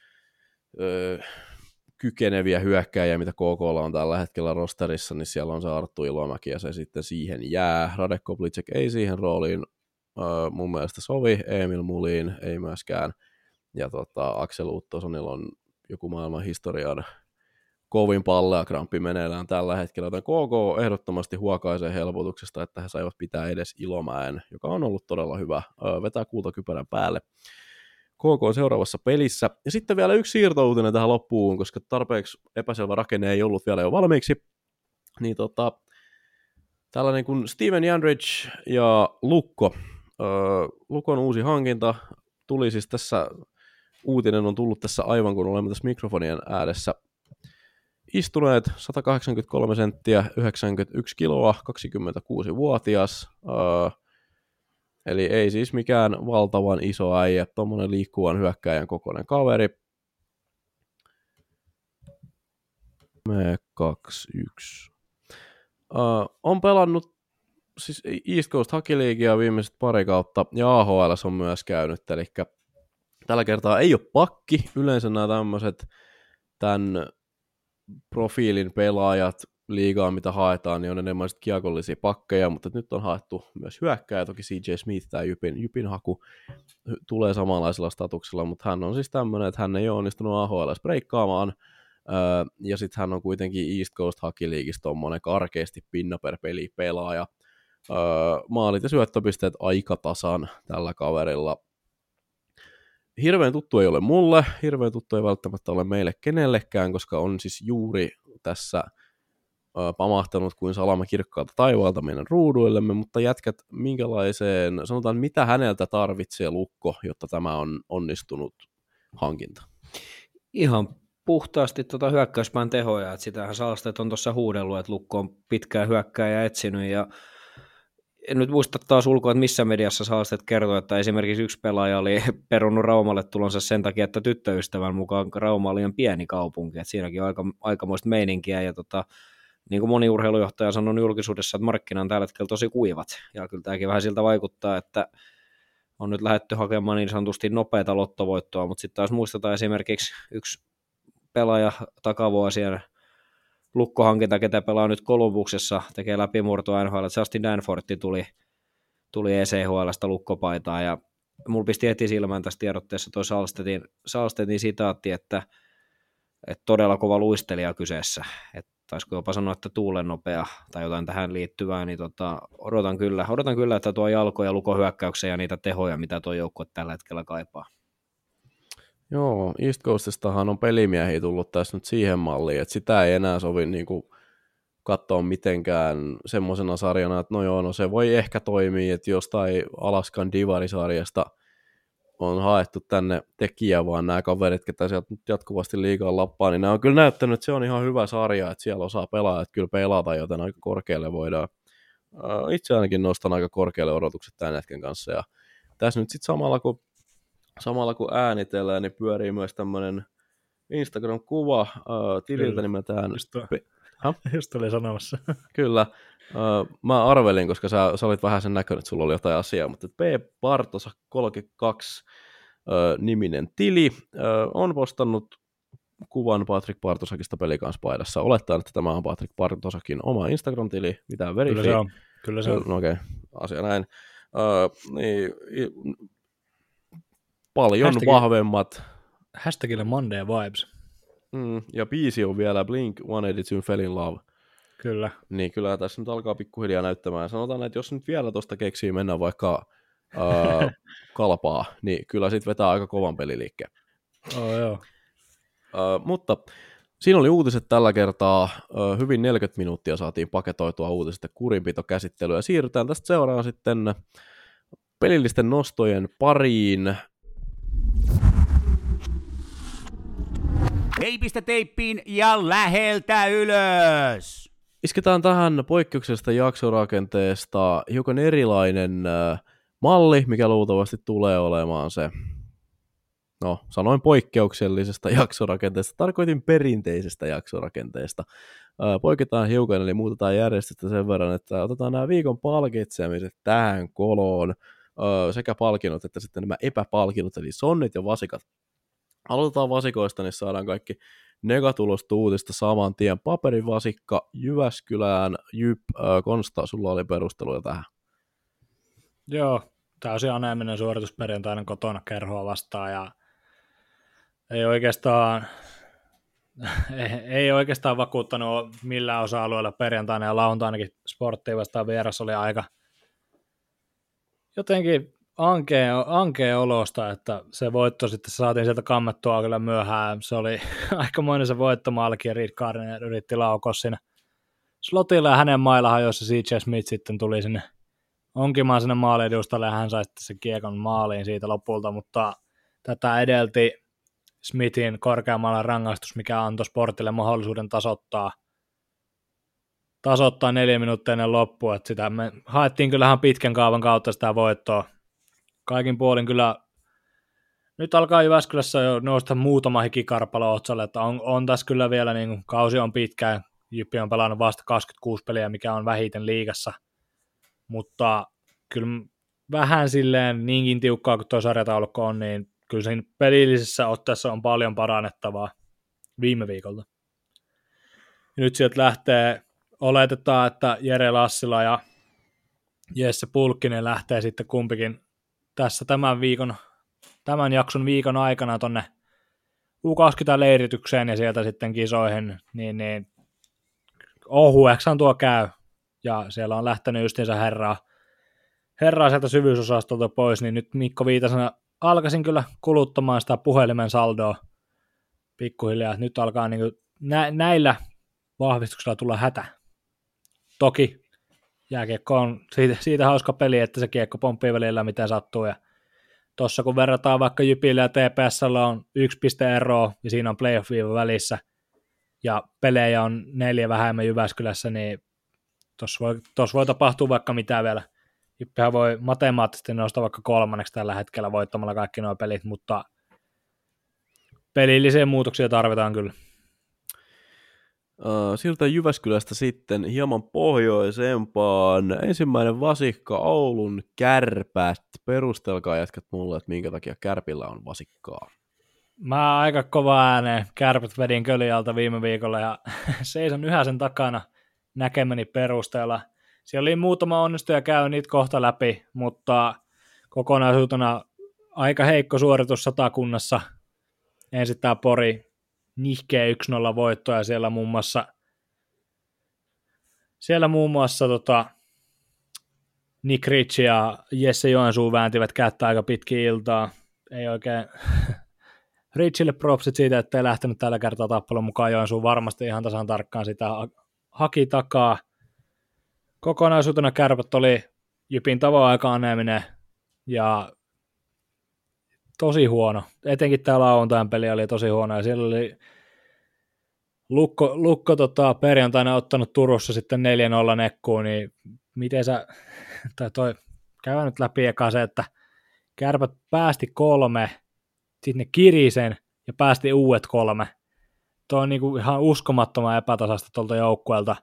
öö, kykeneviä hyökkäjiä, mitä K K:lla on tällä hetkellä rosterissa, niin siellä on se Arttu Ilomäki ja se sitten siihen jää. Radek Koplicek ei siihen rooliin öö, mun mielestä sovi, Emil Mulin ei myöskään, ja tota, Axel Uttosonilla on joku maailman historian kovin pallea kramppi meneillään tällä hetkellä, joten K K ehdottomasti huokaisee helpotuksesta, että he saivat pitää edes Ilomäen, joka on ollut todella hyvä, vetää kultakypärän päälle K K seuraavassa pelissä. Ja sitten vielä yksi siirtouutinen tähän loppuun, koska tarpeeksi epäselvä rakenne ei ollut vielä jo valmiiksi, niin tota, tällainen kuin Steven Jandrich ja Lukko, Lukon uusi hankinta tuli siis tässä, uutinen on tullut tässä aivan kun olemme tässä mikrofonien ääressä istuneet, sata kahdeksankymmentäkolme senttiä, yhdeksänkymmentäyksi kiloa, kaksikymmentäkuusi-vuotias, öö, eli ei siis mikään valtavan iso äijä, tommonen liikkuvan hyökkääjän kokoinen kaveri. kaksi yksi. Uh, on pelannut siis East Coast Hockey Leaguea viimeiset pari kautta, ja A H L on myös käynyt, eli tällä kertaa ei ole pakki. Yleensä nämä tämmöiset tämän profiilin pelaajat liigaa, mitä haetaan, niin on enemmän kiekollisia pakkeja, mutta nyt on haettu myös hyökkääjä, toki C J Smith, tämä Jypin, Jypin haku tulee samanlaisella statuksella, mutta hän on siis tämmöinen, että hän ei ole onnistunut A H L:ssä breikkaamaan, öö, ja sitten hän on kuitenkin East Coast Hockey Leagueissa tommonen karkeasti pinna per peli pelaaja. Öö, maalit ja syöttöpisteet aika tasan tällä kaverilla. Hirveän tuttu ei ole mulle, hirveän tuttu ei välttämättä ole meille kenellekään, koska on siis juuri tässä ö, pamahtanut kuin salama kirkkaalta taivaalta meidän ruuduillemme, mutta jätkät, minkälaiseen, sanotaan mitä häneltä tarvitsee Lukko, jotta tämä on onnistunut hankinta? Ihan puhtaasti tuota hyökkäyspään tehoja, että sitähän Sahlstedt on tuossa huudellut, että Lukko on pitkään hyökkääjä etsinyt, ja en nyt muista taas ulkoa, että missä mediassa Sahlstedt kertoi, että esimerkiksi yksi pelaaja oli perunut Raumalle tulonsa sen takia, että tyttöystävän mukaan Rauma oli liian pieni kaupunki, että siinäkin on aika, aikamoista meininkiä, ja tota, niin kuin moni urheilujohtaja sanoi julkisuudessa, että markkina on tällä hetkellä tosi kuivat, ja kyllä tämäkin vähän siltä vaikuttaa, että on nyt lähdetty hakemaan niin sanotusti nopeata lottovoittoa, mutta sitten taas muistetaan esimerkiksi yksi pelaaja takavuosien Lukko-hankinta, ketä pelaa nyt Kolumbuksessa, tekee läpimurtoa N H L, Justin Danforth tuli, tuli E C H L:stä Lukkopaitaan, ja mulla pisti heti silmään tässä tiedotteessa toi Sahlstedtin, Sahlstedtin sitaatti, että, että todella kova luistelija kyseessä, että taisiko jopa sanoa, että tuulen nopea tai jotain tähän liittyvää, niin tota, odotan, kyllä, odotan kyllä, että tuo jalkoja, Lukon hyökkäyksiä ja niitä tehoja, mitä tuo joukkue tällä hetkellä kaipaa. Joo, East Coastistahan on pelimiehiä tullut tässä nyt siihen malliin, että sitä ei enää sovi niin kuin katsoa mitenkään semmoisena sarjana, että no joo, no se voi ehkä toimia, että jostain Alaskan divarisarjasta on haettu tänne tekijä, vaan nämä kaverit, ketä sieltä nyt jatkuvasti liigaan lappaa, niin nämä on kyllä näyttänyt, että se on ihan hyvä sarja, että siellä osaa pelaa, että kyllä pelata, joten aika korkealle voidaan. Itse ainakin nostan aika korkealle odotukset tämän hetken kanssa, ja tässä nyt sitten samalla kun Samalla kun äänitellään, niin pyörii myös tämmöinen Instagram-kuva äh, tililtä Kyllä. nimeltään... Just, to, Pe- just oli sanomassa. Kyllä. Äh, mä arvelin, koska sä, sä olit vähän sen näköinen, että sulla oli jotain asiaa, mutta P. Bartosa kolmekymmentäkaksi äh, niminen tili äh, on postannut kuvan Patrick Bartosakista Pelikanspaidassa. Olettaen, että tämä on Patrick Bartosakin oma Instagram-tili, mitään verifi. Kyllä se on. Kyllä se on. No, okei, okay. Asia näin. Äh, niin... Paljon Hashtag, vahvemmat. Hashtagille Monday Vibes. Mm, ja biisi on vielä Blink sata kahdeksankymmentäkaksi Fell in Love. Kyllä. Niin kyllä tässä nyt alkaa pikkuhiljaa näyttämään. Sanotaan, että jos nyt vielä tuosta keksii mennä vaikka äh, kalpaa, niin kyllä sitten vetää aika kovan peliliikkeen. Oh, joo. Äh, mutta siinä oli uutiset tällä kertaa. Äh, hyvin neljäkymmentä minuuttia saatiin paketoitua uutiset kurinpitokäsittelyä. Siirrytään tästä seuraan sitten pelillisten nostojen pariin. Teipistä teippiin ja läheltä ylös! Isketään tähän poikkeuksellisesta jaksorakenteesta hiukan erilainen äh, malli, mikä luultavasti tulee olemaan se, no sanoin poikkeuksellisesta jaksorakenteesta, tarkoitin perinteisestä jaksorakenteesta. Äh, poiketaan hiukan, eli muutetaan järjestystä sen verran, että otetaan nämä viikon palkitsemiset tähän koloon, äh, sekä palkinnot että sitten nämä epäpalkinnot, eli sonnit ja vasikat. Aloitetaan vasikoista, niin saadaan kaikki negatulosta uutista saman tien. Paperivasikka Jyväskylään. Jyp, äh, Konsta, sulla oli perusteluja tähän. Joo, täysin aneeminen suoritus perjantaina kotona Kerhoa vastaan, ja ei oikeastaan, ei, ei oikeastaan vakuuttanut millään osa-alueella perjantaina, ja lauantainakin Sporttia vastaan vieras oli aika jotenkin ankea, ankea olosta, että se voitto sitten saatiin sieltä kammettua kyllä myöhään. Se oli aikamoinen se voittomaalikin, ja Reed Gardner yritti laukoa siinä slotilla, ja hänen mailahan, jossa C J Smith sitten tuli sinne onkimaan sinne maaliedustalle, ja hän sai sitten sen kiekon maaliin siitä lopulta, mutta tätä edelti Smithin korkeammalla rangaistus, mikä antoi Sportille mahdollisuuden tasoittaa tasoittaa neljä minuuttia ennen loppua, että sitä me haettiin kyllähän pitkän kaavan kautta sitä voittoa. Kaikin puolin kyllä nyt alkaa Jyväskylässä jo nousta muutama hikikarpalo otsalle, että on, on tässä kyllä vielä, niin kuin, kausi on pitkään, Jyppi on pelannut vasta kaksikymmentäkuusi peliä, mikä on vähiten liigassa, mutta kyllä vähän silleen niinkin tiukkaa kuin tuo sarjataulukko on, niin kyllä siinä pelillisessä otteessa on paljon parannettavaa viime viikolta. Ja nyt sieltä lähtee, oletetaan, että Jere Lassila ja Jesse Pulkkinen lähtee sitten kumpikin tässä tämän viikon, tämän jakson viikon aikana tonne U kaksikymmentä-leiritykseen ja sieltä sitten kisoihin, niin, niin ohueksan tuo käy. Ja siellä on lähtenyt justiinsa herraa, herraa sieltä syvyysosastolta pois, niin nyt Mikko Viitasena alkaisin kyllä kuluttamaan sitä puhelimen saldoa pikkuhiljaa, että nyt alkaa niin kuin nä- näillä vahvistuksella tulla hätä. Toki jääkiekko on siitä, siitä hauska peli, että se kiekko pomppii välillä miten sattuu, ja tuossa kun verrataan vaikka Jypillä ja T P S:llä on yksi piste eroa, ja siinä on playoff-viiva välissä, ja pelejä on neljä vähemmän Jyväskylässä, niin tuossa voi, voi tapahtua vaikka mitä vielä. Jyppihän voi matemaattisesti nostaa vaikka kolmanneksi tällä hetkellä voittamalla kaikki nuo pelit, mutta pelillisiä muutoksia tarvitaan kyllä. Uh, siirrytään Jyväskylästä sitten hieman pohjoisempaan. Ensimmäinen vasikka, Oulun Kärpät. Perustelkaa jätkät mulle, että minkä takia Kärpillä on vasikkaa. Mä aika kova ääneen Kärpät vedin Kölialta viime viikolla ja seison yhä sen takana näkemäni perusteella. Siellä oli muutama onnistuja käy niitä kohta läpi, mutta kokonaisuutena aika heikko suoritus Satakunnassa. Ensin tämä Pori nihkeä yksi nolla voittoa ja siellä muun muassa, siellä muun muassa tota, Nick Rich ja Jesse Joensuu vääntivät kättä aika pitkin iltaa. Ei oikein Richille propsit siitä, että ei lähtenyt tällä kertaa tappelun mukaan. Joensuu varmasti ihan tasan tarkkaan sitä haki takaa. Kokonaisuutena Kärpät oli Jypin tavoin aika aneminen ja tosi huono. Etenkin tämä lauantain peli oli tosi huono ja siellä oli Lukko, Lukko tota, perjantaina ottanut Turussa sitten neljä nolla nekkuun, niin miten sä, tai toi, käydään nyt läpi eka se, että Kärpät päästi kolme, sitten ne kiri sen ja päästi uudet kolme. Toi on niinku ihan uskomattoman epätasasta tuolta joukkueelta.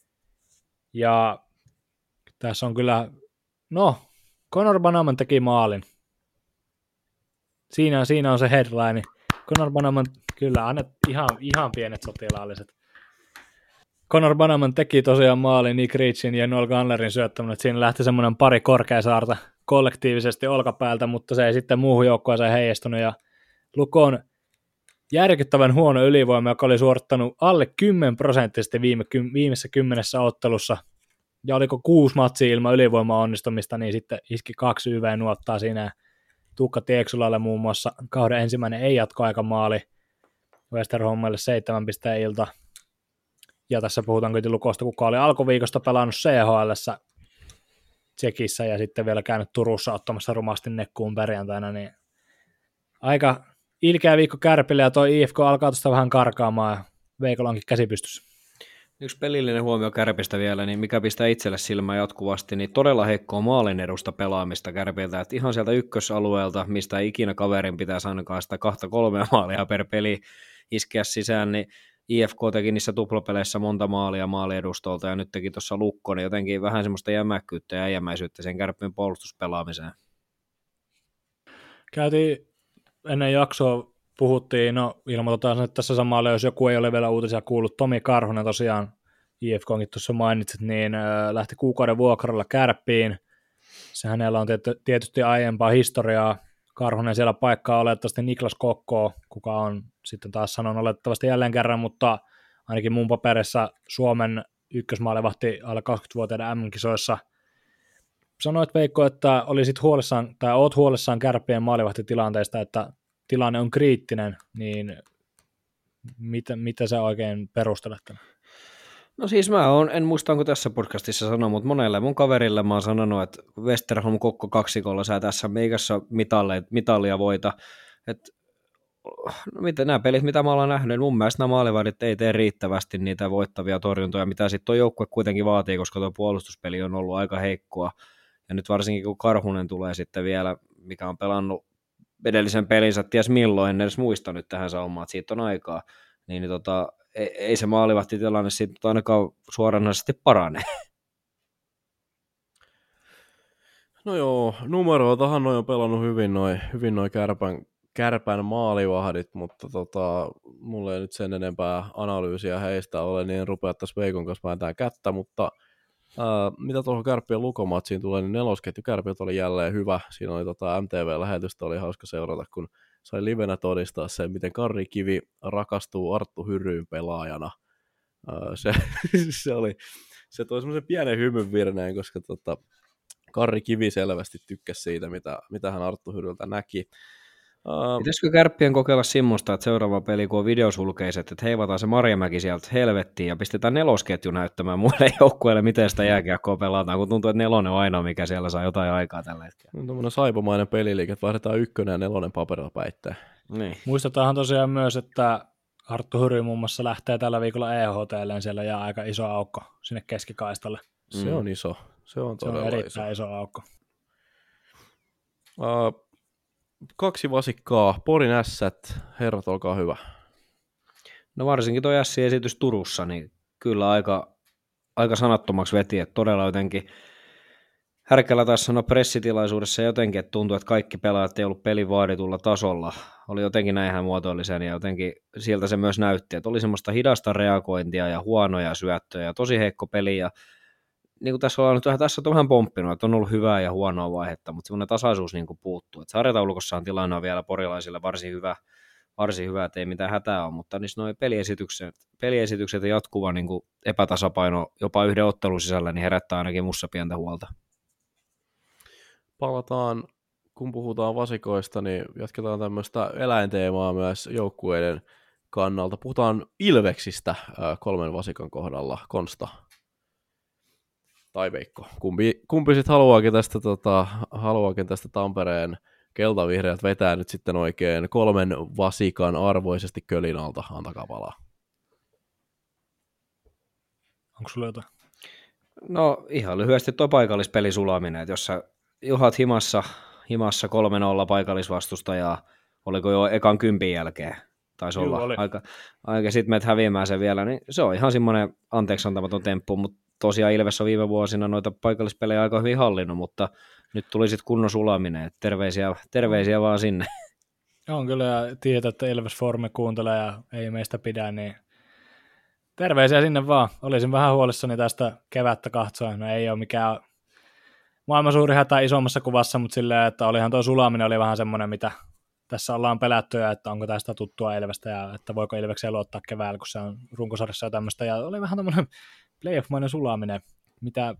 Ja tässä on kyllä, no, Conor Bannerman teki maalin. Siinä, siinä on se headline. Conor Bannerman, kyllä, annet ihan, ihan pienet sotilaalliset. Conor Bannerman teki tosiaan maalin Nick Richin ja Noel Gunlerin syöttämään, että siinä lähti semmoinen pari Korkeasaarta kollektiivisesti olkapäältä, mutta se ei sitten muuhun joukkueeseen heijastunut, ja Lukon järkyttävän huono ylivoima, joka oli suorittanut alle kymmenen prosenttisesti viime, viimeisessä kymmenessä ottelussa, ja oliko kuusi matsia ilman ylivoimaa onnistumista, niin sitten iski kaksi Y V-nuottaa siinä. Tuukka Tieksulalle muun muassa kauden ensimmäinen ei-jatkoaikamaali, Westerholmelle seitsemän pisteen ilta. Ja tässä puhutaan kuitenkin Lukosta, kuka oli alkuviikosta pelannut C H L:ssä Tsekissä ja sitten vielä käynyt Turussa ottamassa rumasti nekkuun perjantaina, niin aika ilkeä viikko Kärpille ja toi I F K alkaa tuosta vähän karkaamaan ja Veikolla onkin käsi pystyssä. Yksi pelillinen huomio Kärpistä vielä, niin mikä pistää itselle silmään jatkuvasti, niin todella heikkoa maalin edusta pelaamista Kärpiltä, että ihan sieltä ykkösalueelta, mistä ikinä kaverin pitäisi ainakaan sitä kahta kolmea maalia per peli iskeä sisään, niin I F K teki niissä tuplapeleissä monta maalia maaliedustolta ja nyt teki tuossa Lukko, niin jotenkin vähän semmoista jämäkkyyttä ja jämäisyyttä sen Kärppien puolustuspelaamiseen. Käytiin ennen jaksoa, puhuttiin, no ilmoitetaan että tässä samalla, jos joku ei ole vielä uutisia kuullut, Tomi Karhunen tosiaan, I F K:nkin tuossa mainitsit, niin äh, lähti kuukauden vuokralla Kärppiin. Se hänellä on tietysti aiempaa historiaa. Karhunen siellä paikkaa olettavasti Niklas Kokko, kuka on sitten taas sanon olettavasti jälleen kerran, mutta ainakin mun paperissa Suomen ykkösmaalivahti alle kaksikymmentävuotiaiden M M-kisoissa. Sanoit Veikko, että olisit huolissaan, tai oot huolissaan Kärppien maalivahtitilanteesta, että tilanne on kriittinen, niin mitä, mitä sä oikein perustelet tämän? No siis mä oon, en muista onko tässä podcastissa sanoa, mutta monelle mun kaverille mä oon sanonut, että Westerholm Kokko kaksikolla sä tässä meikässä mitallia voita. Että no mitä, nämä pelit, mitä mä ollaan nähnyt, mun mielestä nämä maalivahdit ei tee riittävästi niitä voittavia torjuntoja, mitä sitten tuo joukkue kuitenkin vaatii, koska tuo puolustuspeli on ollut aika heikkoa. Ja nyt varsinkin kun Karhunen tulee sitten vielä, mikä on pelannut edellisen pelinsä ties milloin, en edes muista nyt tähän saumaan, että siitä on aikaa, niin, niin tota, ei, ei se maalivahtitilanne siitä ainakaan suoranaisesti parane. No joo, numeroitahan noi on pelannut hyvin noin hyvin noi kärpän, kärpän maalivahdit, mutta tota, mulla ei nyt sen enempää analyysiä heistä ole, niin en rupea tässä Veikon kanssa vääntään kättä, mutta ää, mitä tuohon Kärppien lukomatsiin tulee, niin nelosketju Kärpiöt oli jälleen hyvä. Siinä oli tota, M T V-lähetystä, oli hauska seurata, kun sai livenä todistaa sen, miten Karri Kivi rakastuu Arttu Hyryyn pelaajana. Ää, se, se, oli, se toi semmoisen pienen hymyn virneen, koska tota, Karri Kivi selvästi tykkäsi siitä, mitä, mitä hän Arttu Hyryltä näki. Uh, Pitäisikö Kärppien kokeilla semmoista, että seuraava peli, kun on videosulkeiset, että heivataan se Marjamäki sieltä helvettiin ja pistetään nelosketju näyttämään muille joukkueille, miten sitä jääkiekkoa pelataan, kun tuntuu, että nelonen on ainoa, mikä siellä saa jotain aikaa tällä hetkellä. Tuommoinen saipomainen peliliike, että vaihdetaan ykkönen ja nelonen paperilla päittäin. Niin. Muistetaanhan tosiaan myös, että Arttu Hyry muun muassa lähtee tällä viikolla E H T:lleen, siellä jää aika iso aukko sinne keskikaistalle. Se mm. on iso, se on todella se on erittäin iso, iso aukko. Uh, kaksi vasikkaa, Porin ässät, herrat, olkaa hyvä. No varsinkin tuo ässi-esitys Turussa, niin kyllä aika, aika sanattomaksi veti, että todella jotenkin Härkälä taas sanoi pressitilaisuudessa jotenkin, että tuntui, että kaikki pelaajat ei ollut pelin vaaditulla tasolla. Oli jotenkin näinhän muotoillisen ja jotenkin sieltä se myös näytti, että oli semmoista hidasta reagointia ja huonoja syöttöjä ja tosi heikko peli. Ja niin kuin tässä on nyt vähän, tässä on vähän pomppinut, että on ollut hyvää ja huonoa vaihetta, mutta semmoinen tasaisuus niin kuin puuttuu. Että sarjataulukossahan tilanne on vielä porilaisille varsin hyvä, varsin hyvä, että ei mitään hätää ole, mutta niissä nuo peliesitykset, peliesitykset ja jatkuva niin kuin epätasapaino jopa yhden ottelun sisällä, niin herättää ainakin mussa pientä huolta. Palataan, kun puhutaan vasikoista, niin jatketaan tämmöistä eläinteemaa myös joukkueiden kannalta. Puhutaan Ilveksistä kolmen vasikan kohdalla. Konsta tai Veikko. Kumpi, kumpi sitten haluaakin tästä, tota, haluaakin tästä Tampereen keltavihreät vetää nyt sitten oikein kolmen vasikan arvoisesti kölin alta? Antakaa palaa. Onko sulla jotain? No ihan lyhyesti tuo paikallispeli sulaminen, että jos sä juhat himassa, himassa kolme nolla paikallisvastustajaa, oliko jo ekan kympin jälkeen, taisi Juu, olla oli. aika, aika sitten menet häviämään sen vielä, niin se on ihan semmoinen anteeksi antamaton temppu, mutta tosiaan Ilves on viime vuosina noita paikallispelejä aika hyvin hallinnut, mutta nyt tuli sitten kunnon sulaminen, että terveisiä, terveisiä vaan sinne. On kyllä, ja tiedät, että Ilves Forme kuuntelee ja ei meistä pidä, niin terveisiä sinne vaan. Olisin vähän huolissani tästä kevättä katsoen. No ei ole mikään maailman suuri hätä isommassa kuvassa, mutta silleen, että olihan tuo sulaminen oli vähän semmoinen, mitä tässä ollaan pelätty, ja että onko tästä tuttua Ilvestä, ja että voiko Ilvekseen luottaa keväällä, kun se on runkosarjassa ja tämmöistä, ja oli vähän tämmöinen playoff-mainen sulaminen, mitä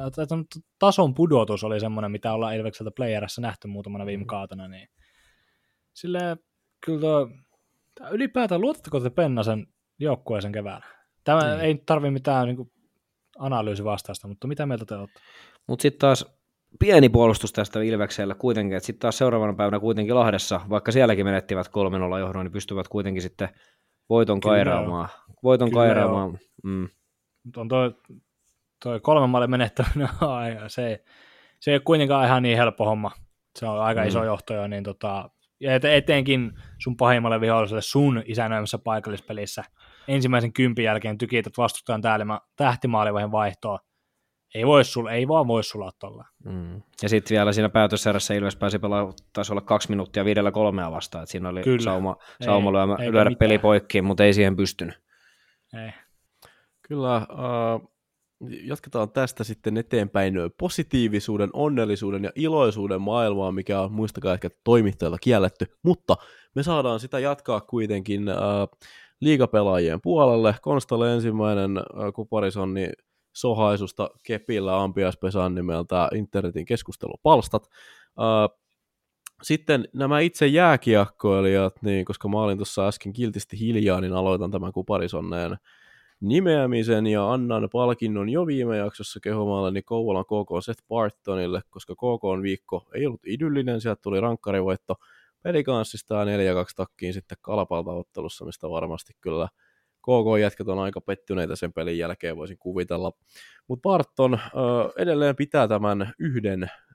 tason pudotus oli semmoinen, mitä ollaan Ilvekseltä playerissa nähty muutamana viime kautena, niin silleen kyllä tuo, ylipäätään luotatteko te Pennasen joukkueeseen keväällä? Tämä mm. ei tarvitse mitään niin kuin analyysivastausta, mutta mitä mieltä te olette? Mutta sitten taas pieni puolustus tästä Ilveksellä kuitenkin, että sitten taas seuraavana päivänä kuitenkin Lahdessa, vaikka sielläkin menettivät kolme nolla johdon, niin pystyvät kuitenkin sitten voiton Kyllä kairaamaan. Voiton Kyllä kairaamaan. Mm. On toi, toi kolmen maalin menettäminen, se ei, se ei ole kuitenkaan ihan niin helppo homma. Se on aika mm. iso johto jo, niin tota, ja etenkin sun pahimmalle viholliselle sun isännöimässä paikallispelissä ensimmäisen kympin jälkeen tykität vastustajan tähtimaalivahin vaihtoa. Ei, voi sul, ei vaan voi sulaa tuolla. Mm. Ja sitten vielä siinä päätöserässä Ilves pääsi pelaamaan, taisi olla kaksi minuuttia viidellä kolmea vastaan, että siinä oli Kyllä. sauma, sauma lyödä, lyödä peli poikki, mutta ei siihen pystynyt. Ei. Kyllä, äh, jatketaan tästä sitten eteenpäin positiivisuuden, onnellisuuden ja iloisuuden maailmaa, mikä on, muistakaa ehkä toimittajilta kielletty, mutta me saadaan sitä jatkaa kuitenkin äh, liigapelaajien puolelle. Konstalle ensimmäinen äh, kuparisonni sohaisusta kepillä ampiaispesän nimeltä internetin keskustelupalstat. Uh, sitten nämä itse jääkiekkoilijat, niin koska mä olin tuossa äsken kiltisti hiljaa, niin aloitan tämän kuparisonneen nimeämisen ja annan palkinnon jo viime jaksossa kehomalleni Kouvolan K K Seth Bartonille, koska K K:n viikko ei ollut idyllinen, sieltä tuli rankkarivoitto Pelikanssista ja neljä kaksi takkiin sitten Kalpalta ottelussa, mistä varmasti kyllä K K-jätkät on aika pettyneitä sen pelin jälkeen, voisin kuvitella. Mutta Barton ö, edelleen pitää tämän yhden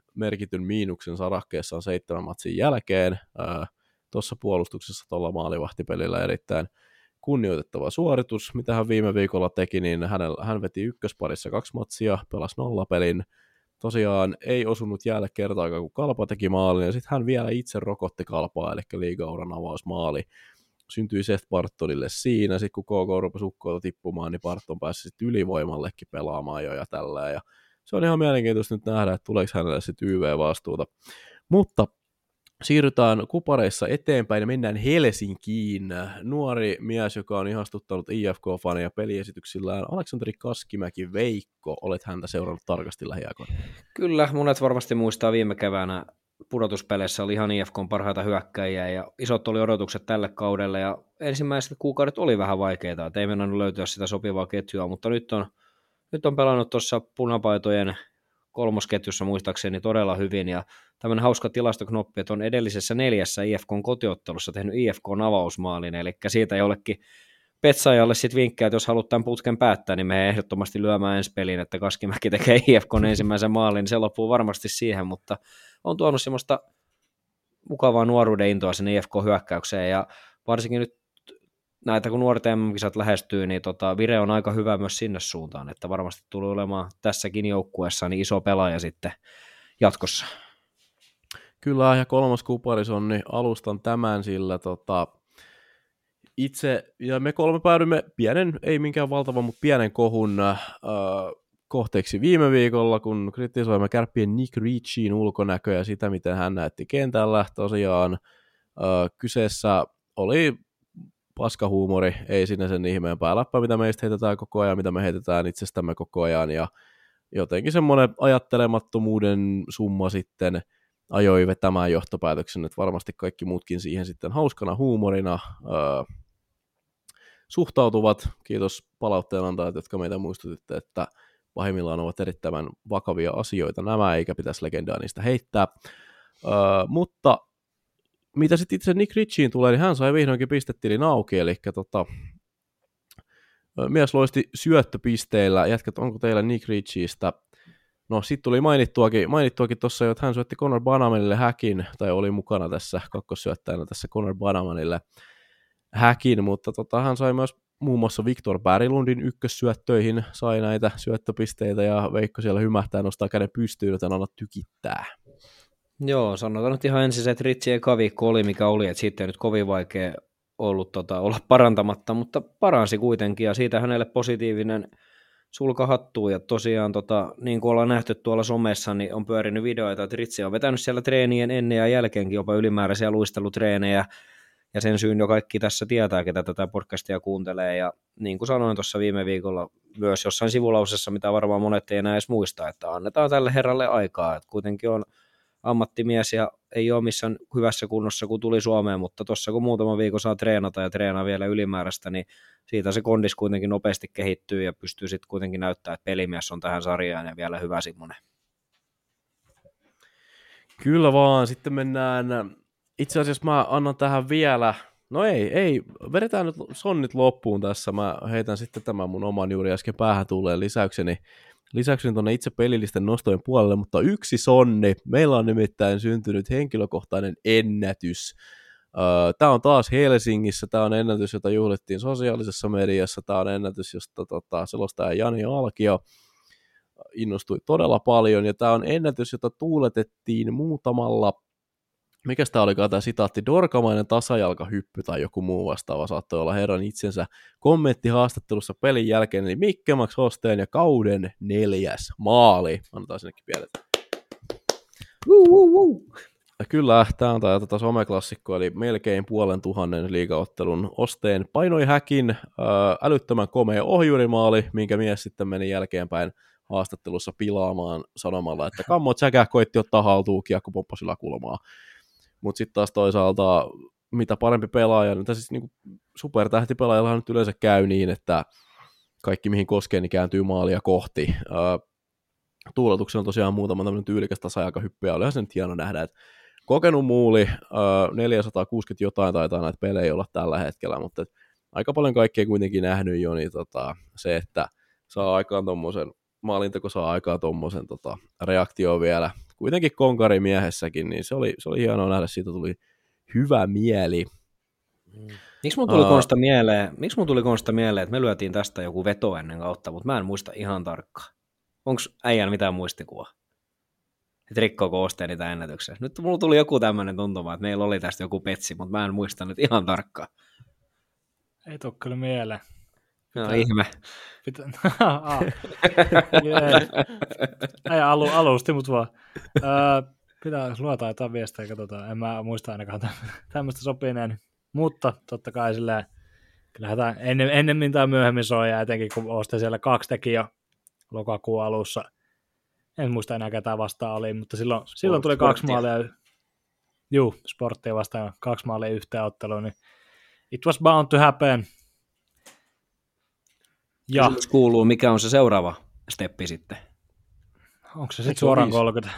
merkityn miinuksen sarakkeessaan seitsemän matsin jälkeen. Tuossa puolustuksessa tuolla maalivahtipelillä erittäin kunnioitettava suoritus, mitä hän viime viikolla teki, niin hänellä, hän veti ykkösparissa kaksi matsia, pelasi nollapelin. Tosiaan ei osunut jäälle kertaakaan, kun Kalpa teki maalin, ja sitten hän vielä itse rokotti Kalpaa, eli liigauran avausmaali syntyi Seth Bartonille siinä. Sitten kun K K rupesi ukkoilta tippumaan, niin Barton pääsi sitten ylivoimallekin pelaamaan jo ja tällä. Ja se on ihan mielenkiintoista nyt nähdä, että tuleeko hänelle sitten Y V-vastuuta. Mutta siirrytään kupareissa eteenpäin ja mennään Helsinkiin. Nuori mies, joka on ihastuttanut I F K-faneja peliesityksillään, Aleksanteri Kaskimäki. Veikko, olet häntä seurannut tarkasti lähiaikoina. Kyllä, monet varmasti muistaa viime keväänä pudotuspeleissä oli ihan I F K:n parhaita hyökkäjiä ja isot oli odotukset tälle kaudelle ja ensimmäiset kuukaudet oli vähän vaikeita, että ei mennä löytyä sitä sopivaa ketjua, mutta nyt on, nyt on pelannut tuossa punapaitojen kolmosketjussa muistaakseni todella hyvin ja tämmöinen hauska tilastoknoppi, että on edellisessä neljässä I F K:n kotiottelussa tehnyt I F K:n avausmaalin, eli siitä jollekin Petsaajalle sitten vinkkejä, että jos haluat tämän putken päättää, niin me ehdottomasti lyömään ensi peliin, että Kaskimäki tekee I F K:n ensimmäisen maalin, niin se loppuu varmasti siihen, mutta on tuonut semmoista mukavaa nuoruuden intoa sinne I F K-hyökkäykseen, ja varsinkin nyt näitä, kun nuoret M M-kisat lähestyy, niin tota, vire on aika hyvä myös sinne suuntaan, että varmasti tulee olemaan tässäkin joukkueessa niin iso pelaaja sitten jatkossa. Kyllä, ja kolmas kuparisonni, niin alustan tämän, sillä tota, itse, ja me kolme päädymme pienen, ei minkään valtavan, mutta pienen kohun äh, kohteeksi viime viikolla, kun kritisoimme Kärppien Nick Ritchien ulkonäköä ja sitä, miten hän näytti kentällä. Tosiaan äh, kyseessä oli paskahuumori, ei sinne sen ihmeempää läppää, mitä meistä heitetään koko ajan, mitä me heitetään itsestämme koko ajan, ja jotenkin semmoinen ajattelemattomuuden summa sitten ajoi vetämään johtopäätöksen, että varmasti kaikki muutkin siihen sitten hauskana huumorina äh, suhtautuvat. Kiitos palautteenantajat, jotka meitä muistutitte, että pahimmillaan ovat erittäin vakavia asioita nämä, eikä pitäisi legendaa niistä heittää. Öö, mutta mitä sitten itse Nick Ritchiin tulee, niin hän sai vihdoinkin pistetilin auki, eli tota, mies loisti syöttöpisteillä. Jätkät, onko teillä Nick Ritchiestä? No sitten tuli mainittuakin, mainittuakin tuossa jo, että hän syötti Conor Banamanille häkin, tai oli mukana tässä kakkossyöttäjänä tässä Conor Banamanille häkin, mutta tota, hän sai myös muun muassa Viktor Berglundin ykkössyöttöihin, sai näitä syöttöpisteitä, ja Veikko siellä hymähtää, nostaa käden pystyyn, joten anna tykittää. Joo, sanotaan nyt ihan ensin se, että Ritchie eka viikko oli mikä oli, että siitä ei nyt kovin vaikea ollut tota, olla parantamatta, mutta paransi kuitenkin, ja siitä hänelle positiivinen sulka hattuun, ja tosiaan tota, niin kuin ollaan nähty tuolla somessa, niin on pyörinyt videoita, että Ritchie on vetänyt siellä treenien ennen ja jälkeenkin jopa ylimääräisiä luistelutreenejä, ja sen syyn jo kaikki tässä tietää, ketä tätä podcastia kuuntelee, ja niin kuin sanoin tuossa viime viikolla myös jossain sivulausessa, mitä varmaan monet ei enää edes muista, että annetaan tälle herralle aikaa, että kuitenkin on ammattimies ja ei ole missään hyvässä kunnossa, kun tuli Suomeen, mutta tuossa kun muutama viikko saa treenata ja treenaa vielä ylimääräistä, niin siitä se kondis kuitenkin nopeasti kehittyy ja pystyy sitten kuitenkin näyttämään, että pelimies on tähän sarjaan ja vielä hyvä semmoinen. Kyllä vaan, sitten mennään, itse asiassa mä annan tähän vielä, no ei, ei, vedetään nyt sonnit loppuun tässä, mä heitän sitten tämän mun oman juuri äsken päähän tulleen lisäykseni, lisäykseni tuonne itse pelillisten nostojen puolelle, mutta yksi sonni, meillä on nimittäin syntynyt henkilökohtainen ennätys. Tämä on taas Helsingissä, tämä on ennätys, jota juhlittiin sosiaalisessa mediassa, tämä on ennätys, josta tota, selostaja Jani Alkio innostui todella paljon, ja tämä on ennätys, jota tuuletettiin muutamalla, mikäs tämä olikaan tämä sitaatti, dorkamainen tasajalkahyppy tai joku muu vastaava, saattoi olla herran itsensä kommentti haastattelussa pelin jälkeen, eli Mikke Max Hosteen ja kauden neljäs maali. Annetaan sinnekin pienet. Ja kyllä, tämä on tämä tota someklassikko, eli melkein puolen tuhannen liigaottelun Osteen painoi häkin, ää, älyttömän komea ohjurimaali, minkä mies sitten meni jälkeenpäin haastattelussa pilaamaan sanomalla, että kammot säkä koitti ottaa haltuun, kiekko pomppasi yläkulmaa. Mutta sitten taas toisaalta, mitä parempi pelaaja, niin siis niinku supertähtipelaajallahan nyt yleensä käy niin, että kaikki mihin koskee, niin kääntyy maalia kohti. Ää, tuuletuksena on tosiaan muutama tämmöinen tyylikäs tasajalkahyppy, ja olihan se nyt hieno nähdä, että kokenut muuli, ää, neljäsataakuusikymmentä jotain taitaa näitä pelejä olla tällä hetkellä, mutta aika paljon kaikkea kuitenkin nähnyt jo, niin tota, se, että saa aikaan tommosen, maalinteko saa aikaan tommosen tota, reaktioon vielä kuitenkin konkarimiehessäkin, niin se oli, se oli hienoa nähdä, siitä tuli hyvä mieli. Miksi mun tuli Konsta mieleen, miksi mun tuli Konsta mieleen, että me lyötiin tästä joku veto ennen kautta, mutta mä en muista ihan tarkkaan. Onko äijän mitään muistikuvaa? Että rikkoako Osteen niitä ennätyksiä? Nyt mulla tuli joku tämmöinen tuntuma, että meillä oli tästä joku petsi, mutta mä en muista nyt ihan tarkkaan. Ei tule kyllä mieleen. No pitää, ihme. Pitää, Äijä alu, alusti mut vaan. Öö, pitää luota jotain viestejä, katsotaan. En mä muista ainakaan tämmöistä sopineen. Mutta totta kai silleen, kyllähän tämä ennen, ennemmin tai myöhemmin soi, ja etenkin kun Oste siellä kaksi teki jo lokakuun alussa. En muista enää ketään vastaan oli, mutta silloin, Sport, silloin tuli kaksi sporttia. maalia. Juu, Sporttia vastaan kaksi maalia yhteen otteluun, niin it was bound to happen. Ja kysymys kuuluu, mikä on se seuraava steppi sitten? Onko se sitten suoraan kolmekymmentä?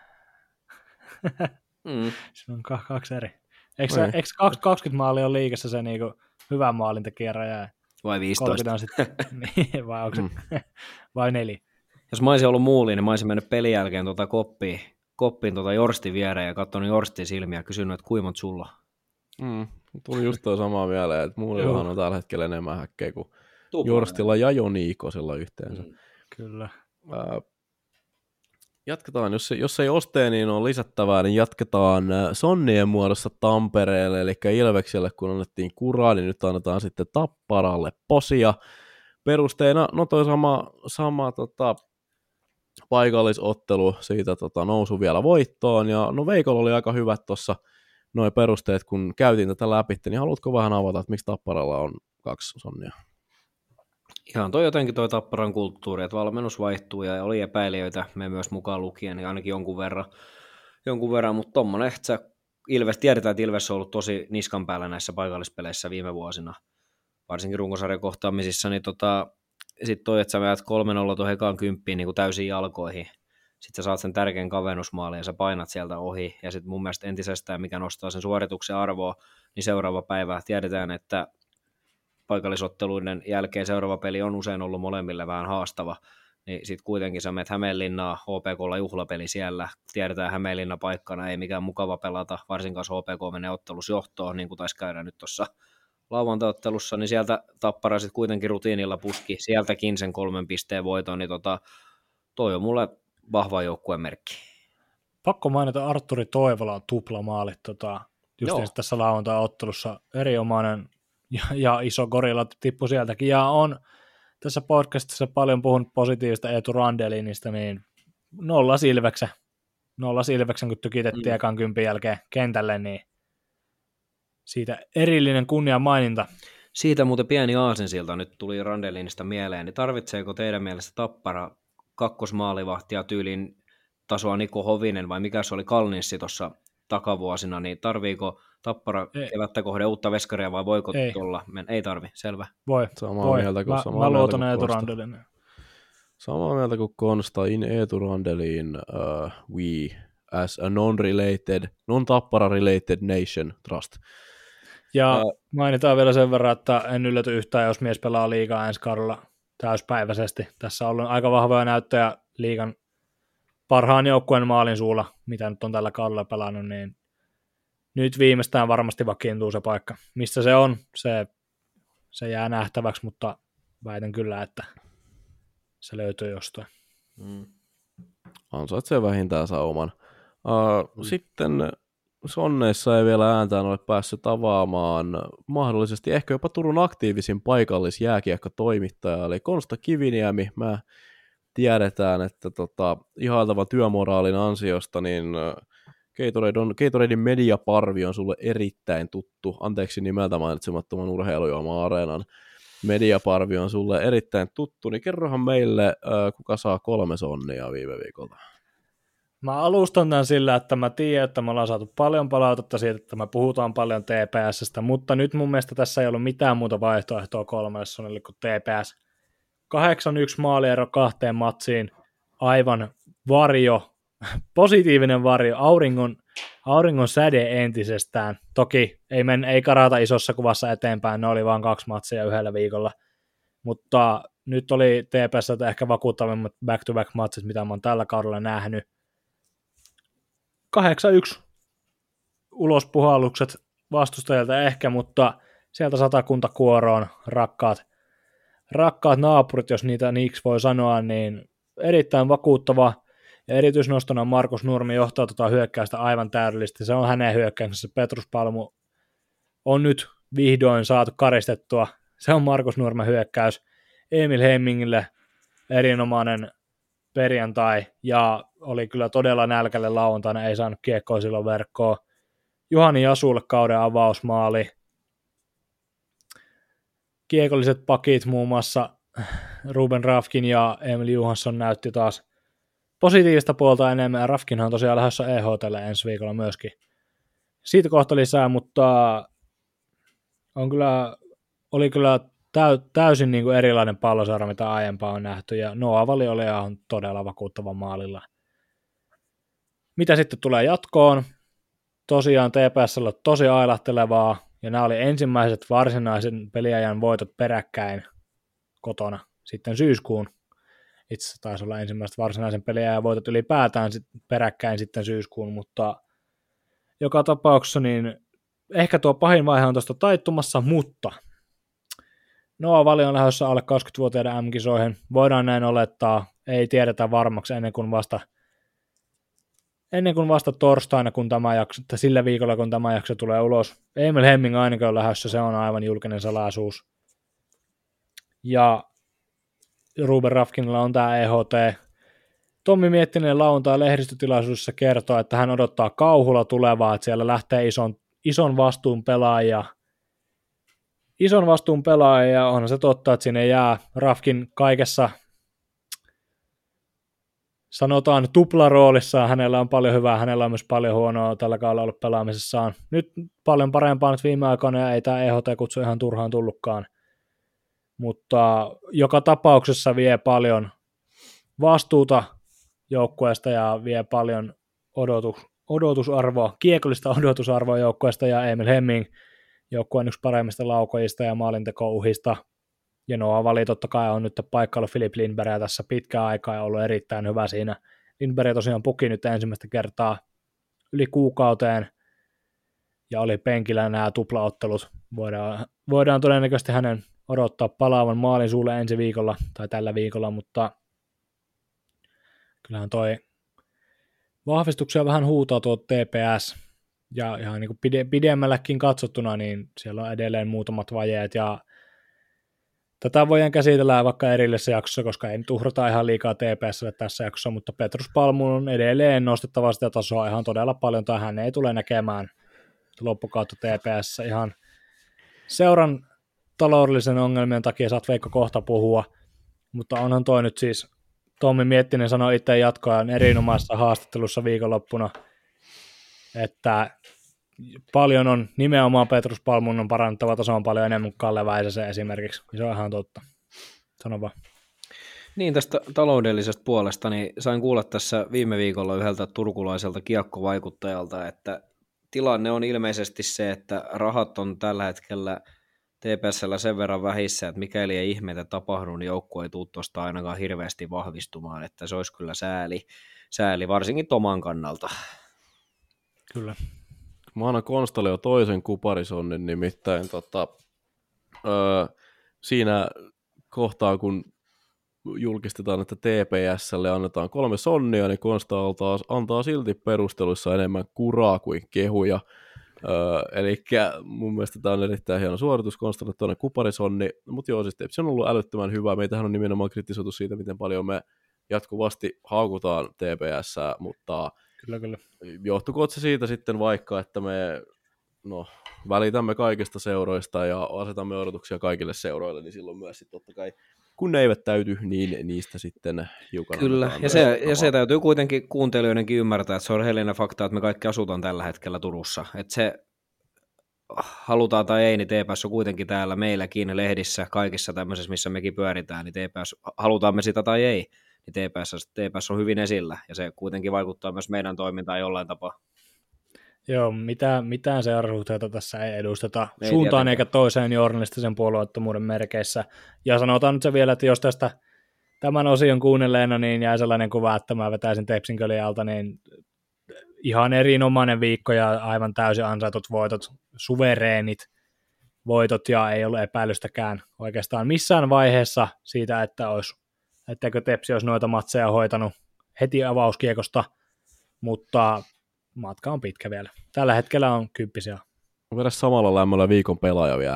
mm. Se on kaksi eri. Eikö, se, eikö kaksikymmentä maalia on liigassa se niinku hyvä maalintekijäraja? Vai viisitoista? Sitten, niin, vai, onko se, mm. vai neljä? Jos mä olisin ollut muuliin, niin mä olisin mennyt pelin jälkeen tuota koppiin, koppiin tuota Jorstin viereen ja katsonut Jorstin silmiä ja kysynyt, että kuinka monta sulla? Mm. Tuli just tuo samaa mieleen, että muulillahan on tällä hetkellä enemmän häkkejä kuin Tupla Jorstilla ja Joni Ikosella yhteensä. Mm. Kyllä. Äh, jatketaan, jos, jos ei Osteen, niin on lisättävää, niin jatketaan Sonnien muodossa Tampereelle, eli Ilvekselle, kun annettiin kuraa, niin nyt annetaan sitten Tapparalle posia. Perusteena, no toi sama, sama tota, paikallisottelu, siitä tota, nousu vielä voittoon, ja no Veikolla oli aika hyvät tuossa nuo perusteet, kun käytiin tätä läpi, niin haluatko vähän avata, että miksi Tapparalla on kaksi Sonnia? Ihan toi jotenkin toi Tapparan kulttuuri, että valmennus vaihtuu ja oli epäilijöitä, me myös mukaan lukien, niin ainakin jonkun verran, jonkun verran mutta tommonen, että sä Ilves, tiedetään, että Ilves on ollut tosi niskan päällä näissä paikallispeleissä viime vuosina, varsinkin runkosarjan kohtaamisissa, niin tota, sitten toi, että sä veät kolme nolla tuohon ekaan kymppiin niin kuin täysiin jalkoihin, sitten sä saat sen tärkeän kavennusmaalin ja sä painat sieltä ohi, ja sitten mun mielestä entisestään, mikä nostaa sen suorituksen arvoa, niin seuraava päivä tiedetään, että paikallisotteluiden jälkeen seuraava peli on usein ollut molemmille vähän haastava, niin sitten kuitenkin sä menet Hämeenlinnaan, H P K:lla juhlapeli siellä, tiedetään Hämeenlinna paikkana, ei mikään mukava pelata, varsinkaan H P K menee ottelussa johtoon, niin kuin taisi käydä nyt tuossa lauantai-ottelussa, niin sieltä Tappara sitten kuitenkin rutiinilla puski, sieltäkin sen kolmen pisteen voiton, niin tota, toi on mulle vahva joukkueen merkki. Pakko mainita Artturi Toivolan tuplamaalit tota, just tässä lauantai-ottelussa, erinomainen ja, ja iso gorilla tippui sieltäkin, ja on tässä podcastissa paljon puhunut positiivista Eetu Randelinista, niin nolla Silveksä, nolla Silveksän, kun tykitettiin mm. ekan kympin jälkeen kentälle, niin siitä erillinen kunnia maininta. Siitä muuten pieni aasinsilta nyt tuli Randelinista mieleen, niin tarvitseeko teidän mielestä Tappara kakkosmaalivahtia tyylin tasoa Niko Hovinen, vai mikä se oli Kalninssi tuossa takavuosina, niin tarviiko Tappara kevättä kohde uutta veskaria, vai voiko ei. tulla? Ei tarvi, selvä. Voi, samaa voi. Mieltä kuin, mä, samaa mä mieltä luotan Eetu Randelin. Samaa mieltä kuin Konsta in Eetu Randelin, uh, we as a non-related, non-Tappara-related nation trust. Ja uh, mainitaan vielä sen verran, että en ylläty yhtään, jos mies pelaa liigaa ensi kaudella täyspäiväisesti. Tässä on ollut aika vahvoja näyttöjä liigan parhaan joukkueen maalin suulla, mitä nyt on tällä kaudella pelannut, niin nyt viimeistään varmasti vakiintuu se paikka. Missä se on, se, se jää nähtäväksi, mutta väitän kyllä, että se löytyy jostain. Mm. Ansaitsee vähintään sauman. Uh, mm. Sitten Sonneissa ei vielä ääntään ole päässyt avaamaan mahdollisesti ehkä jopa Turun aktiivisin paikallisjääkiekko-toimittaja, eli Konsta Kiviniemi. Mä tiedetään, että tota, ihailtavan työmoraalin ansiosta, niin Gatorade on, Gatoradein mediaparvi on sulle erittäin tuttu, anteeksi nimeltä mainitsemattoman urheilujuoma-areenan mediaparvi on sulle erittäin tuttu, niin kerrohan meille, äh, kuka saa kolme sonnia viime viikolla. Mä alustan tämän sillä, että mä tiedän, että me ollaan saatu paljon palautetta siitä, että me puhutaan paljon T P S:stä, mutta nyt mun mielestä tässä ei ollut mitään muuta vaihtoehtoa kolmelle sonille kuin T P S. kahdeksan yksi maaliero kahteen matsiin, aivan varjo, positiivinen varjo, auringon, auringon säde entisestään. Toki ei, men, ei karata isossa kuvassa eteenpäin, ne oli vain kaksi matsia yhdellä viikolla, mutta nyt oli T P S ehkä vakuuttavimmat back-to-back matsit, mitä mä oon tällä kaudella nähnyt. kahdeksan yksi ulospuhallukset vastustajilta ehkä, mutta sieltä Satakunta kuoroon rakkaat, rakkaat naapurit, jos niitä niiksi voi sanoa, niin erittäin vakuuttava. Ja erityisnostona Markus Nurmi johtaa tuota hyökkäystä aivan täydellisesti. Se on hänen hyökkäyksensä. Petrus Palmu on nyt vihdoin saatu karistettua. Se on Markus Nurmen hyökkäys. Emil Hemmingille erinomainen perjantai ja oli kyllä todella nälkälle lauantaina, ei saanut kiekkoa silloin verkkoon. Juhani Jasulle kauden avausmaali. Kiekolliset pakit muun muassa Ruben Rafkin ja Emil Johansson näytti taas positiivista puolta enemmän, ja Rafkinhan on tosiaan lähdössä E H T:lle ensi viikolla myöskin. Siitä kohta lisää, mutta on kyllä, oli kyllä täy, täysin niin kuin erilainen palloseura, mitä aiempaa on nähty, ja Noa Vali oli ihan todella vakuuttava maalilla. Mitä sitten tulee jatkoon? Tosiaan T P S:llä on tosi ailahtelevaa, ja nämä oli ensimmäiset varsinaisen peliajan voitot peräkkäin kotona sitten syyskuun. Itse asiassa taisi olla ensimmäiset varsinaisen peliajan voitot ylipäätään sit peräkkäin sitten syyskuun, mutta joka tapauksessa niin ehkä tuo pahin vaihe on tuosta taittumassa, mutta Noa Vali on lähdössä alle kaksikymmentävuotiaiden M-kisoihin. Voidaan näin olettaa, ei tiedetä varmaksi ennen kuin vasta ennen kuin vasta torstaina, kun tämä jakso, että sillä viikolla, kun tämä jakso tulee ulos. Emil Hemming ainakin on lähdössä, se on aivan julkinen salaisuus. Ja Ruben Rafkinilla on tämä E H T. Tommi Miettinen lauantai lehdistötilaisuudessa kertoo, että hän odottaa kauhulla tulevaa, että siellä lähtee ison, ison vastuun pelaaja. Ison vastuun pelaaja, ja onhan se totta, että sinne jää Rafkin kaikessa, sanotaan tuplaroolissa, hänellä on paljon hyvää, hänellä on myös paljon huonoa tällä kaudella ollut pelaamisessaan. Nyt paljon parempaa nyt viime aikoina, ja ei tämä E H T-kutsu ihan turhaan tullutkaan. Mutta joka tapauksessa vie paljon vastuuta joukkueesta ja vie paljon odotus, odotusarvoa, kiekollista odotusarvoa joukkueesta, ja Emil Hemming, joukkueen yksi paremmista laukojista ja maalintekouhista. Ja Noa Vali totta kai on nyt paikalla Filip Lindbergia tässä pitkään aikaa ja ollut erittäin hyvä siinä. Lindberg tosiaan puki nyt ensimmäistä kertaa yli kuukauteen ja oli penkillä nämä tuplaottelut. Voidaan, voidaan todennäköisesti hänen odottaa palaavan maalin suulle ensi viikolla tai tällä viikolla, mutta kyllähän toi vahvistuksia vähän huutaa tuo T P S ja ihan niin kuin pide, pidemmälläkin katsottuna, niin siellä on edelleen muutamat vajeet ja tätä voidaan käsitellä vaikka erillisessä jaksossa, koska ei nyt uhrata ihan liikaa T P S:lle tässä jaksossa, mutta Petrus Palmu on edelleen nostettava sitä tasoa ihan todella paljon, tai hän ei tule näkemään loppukautta T P S ihan seuran taloudellisen ongelmien takia, saat Veikko kohta puhua, mutta onhan toi nyt siis, Tommi Miettinen sanoi itse jatkoajan erinomaisessa haastattelussa viikonloppuna, että paljon on, nimenomaan Petrus Palmun on parannettava tasoa paljon enemmän kuin Kalle Väisäsen esimerkiksi. Se on ihan totta. Sano vaan. Niin, tästä taloudellisesta puolesta, niin sain kuulla tässä viime viikolla yhdeltä turkulaiselta kiekkovaikuttajalta, että tilanne on ilmeisesti se, että rahat on tällä hetkellä T P S:llä sen verran vähissä, että mikäli ei ihmeitä tapahdu, niin joukkue ei tule tuosta ainakaan hirveästi vahvistumaan, että se olisi kyllä sääli, sääli varsinkin Toman kannalta. Kyllä. Mä annan Konstalle jo toisen kuparisonnin, nimittäin tota, öö, siinä kohtaa, kun julkistetaan, että T P S:lle annetaan kolme sonnia, niin Konsta antaa, antaa silti perusteluissa enemmän kuraa kuin kehuja. Öö, eli mun mielestä tämä on erittäin hieno suoritus Konstalle tuonne kuparisonni, mutta joo, siis se on ollut älyttömän hyvä. Meitähän on nimenomaan kritisoitu siitä, miten paljon me jatkuvasti haukutaan T P S:ää, mutta Kyllä, kyllä. johtukoot se siitä sitten vaikka, että me no, välitämme kaikista seuroista ja asetamme odotuksia kaikille seuroille, niin silloin myös sitten totta kai, kun ne eivät täyty, niin niistä sitten hiukan... Kyllä, ja se, ja se täytyy kuitenkin kuuntelijoidenkin ymmärtää, että se on rehellinen fakta, että me kaikki asutaan tällä hetkellä Turussa. Että se, halutaan tai ei, niin T P S on kuitenkin täällä meilläkin lehdissä, kaikissa tämmöisessä, missä mekin pyöritään, niin T P S, halutaan me sitä tai ei, niin T P S, T P S on hyvin esillä, ja se kuitenkin vaikuttaa myös meidän toimintaan jollain tapaa. Joo, mitään, mitään seurasuhteita tässä ei edusteta ei suuntaan tietenkään. eikä toiseen journalistisen puolueettomuuden merkeissä. Ja sanotaan nyt se vielä, että jos tästä tämän osion kuunnelleena niin jäi sellainen kuva, että mä vetäisin Tepsin Kölin alta, niin ihan erinomainen viikko ja aivan täysin ansaitut voitot, suvereenit voitot ja ei ollut epäilystäkään oikeastaan missään vaiheessa siitä, että olisi, etteikö Tepsi olisi noita matseja hoitanut heti avauskiekosta, mutta matka on pitkä vielä. Tällä hetkellä on kymppisiä. On vielä samalla lämmöllä viikon pelaaja vielä.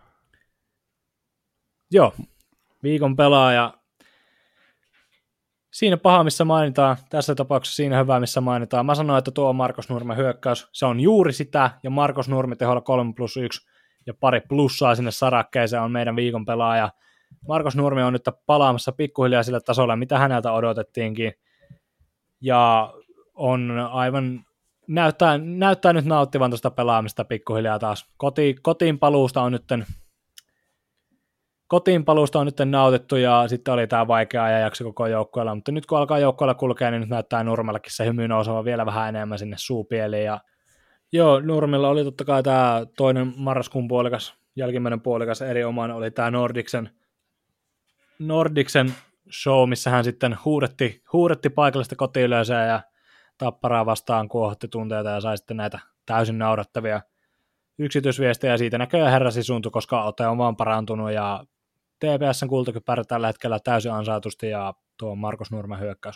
Joo, viikon pelaaja. Siinä paha, missä mainitaan, tässä tapauksessa siinä hyvä, missä mainitaan. Mä sanoin, että tuo on Markus Nurmen hyökkäys. Se on juuri sitä, ja Markus Nurmi teholla kolme plus yksi ja pari plussaa sinne sarakkeeseen on meidän viikon pelaaja. Markus Nurmi on nyt palaamassa pikkuhiljaa sille tasolle, mitä häneltä odotettiinkin. Ja on aivan, näyttää, näyttää nyt nauttivan tuosta pelaamista pikkuhiljaa taas. Koti, kotiin paluusta on nytten Kotiin paluusta on nyt nautittu ja sitten oli tämä vaikea ajanjakso koko joukkueella, mutta nyt kun alkaa joukkueella kulkea, niin nyt näyttää Nurmellakin se hymy nouseva vielä vähän enemmän sinne suupieliin. Ja joo, Nurmella oli totta kai tämä toinen marraskuun puolikas, jälkimmäinen puolikas erinomainen oli tämä Nordicsen, Nordicsen show, missä hän sitten huudetti, huudetti paikallista kotiyleisöä ja Tapparaa vastaan kuohotti tunteita ja sai sitten näitä täysin naurattavia yksityisviestejä. Siitä näköjään herra sisuntui, koska ote on vaan parantunut ja T P S:n kultakypärä tällä hetkellä täysin ansaitusti ja tuo Markus Nurmen hyökkäys.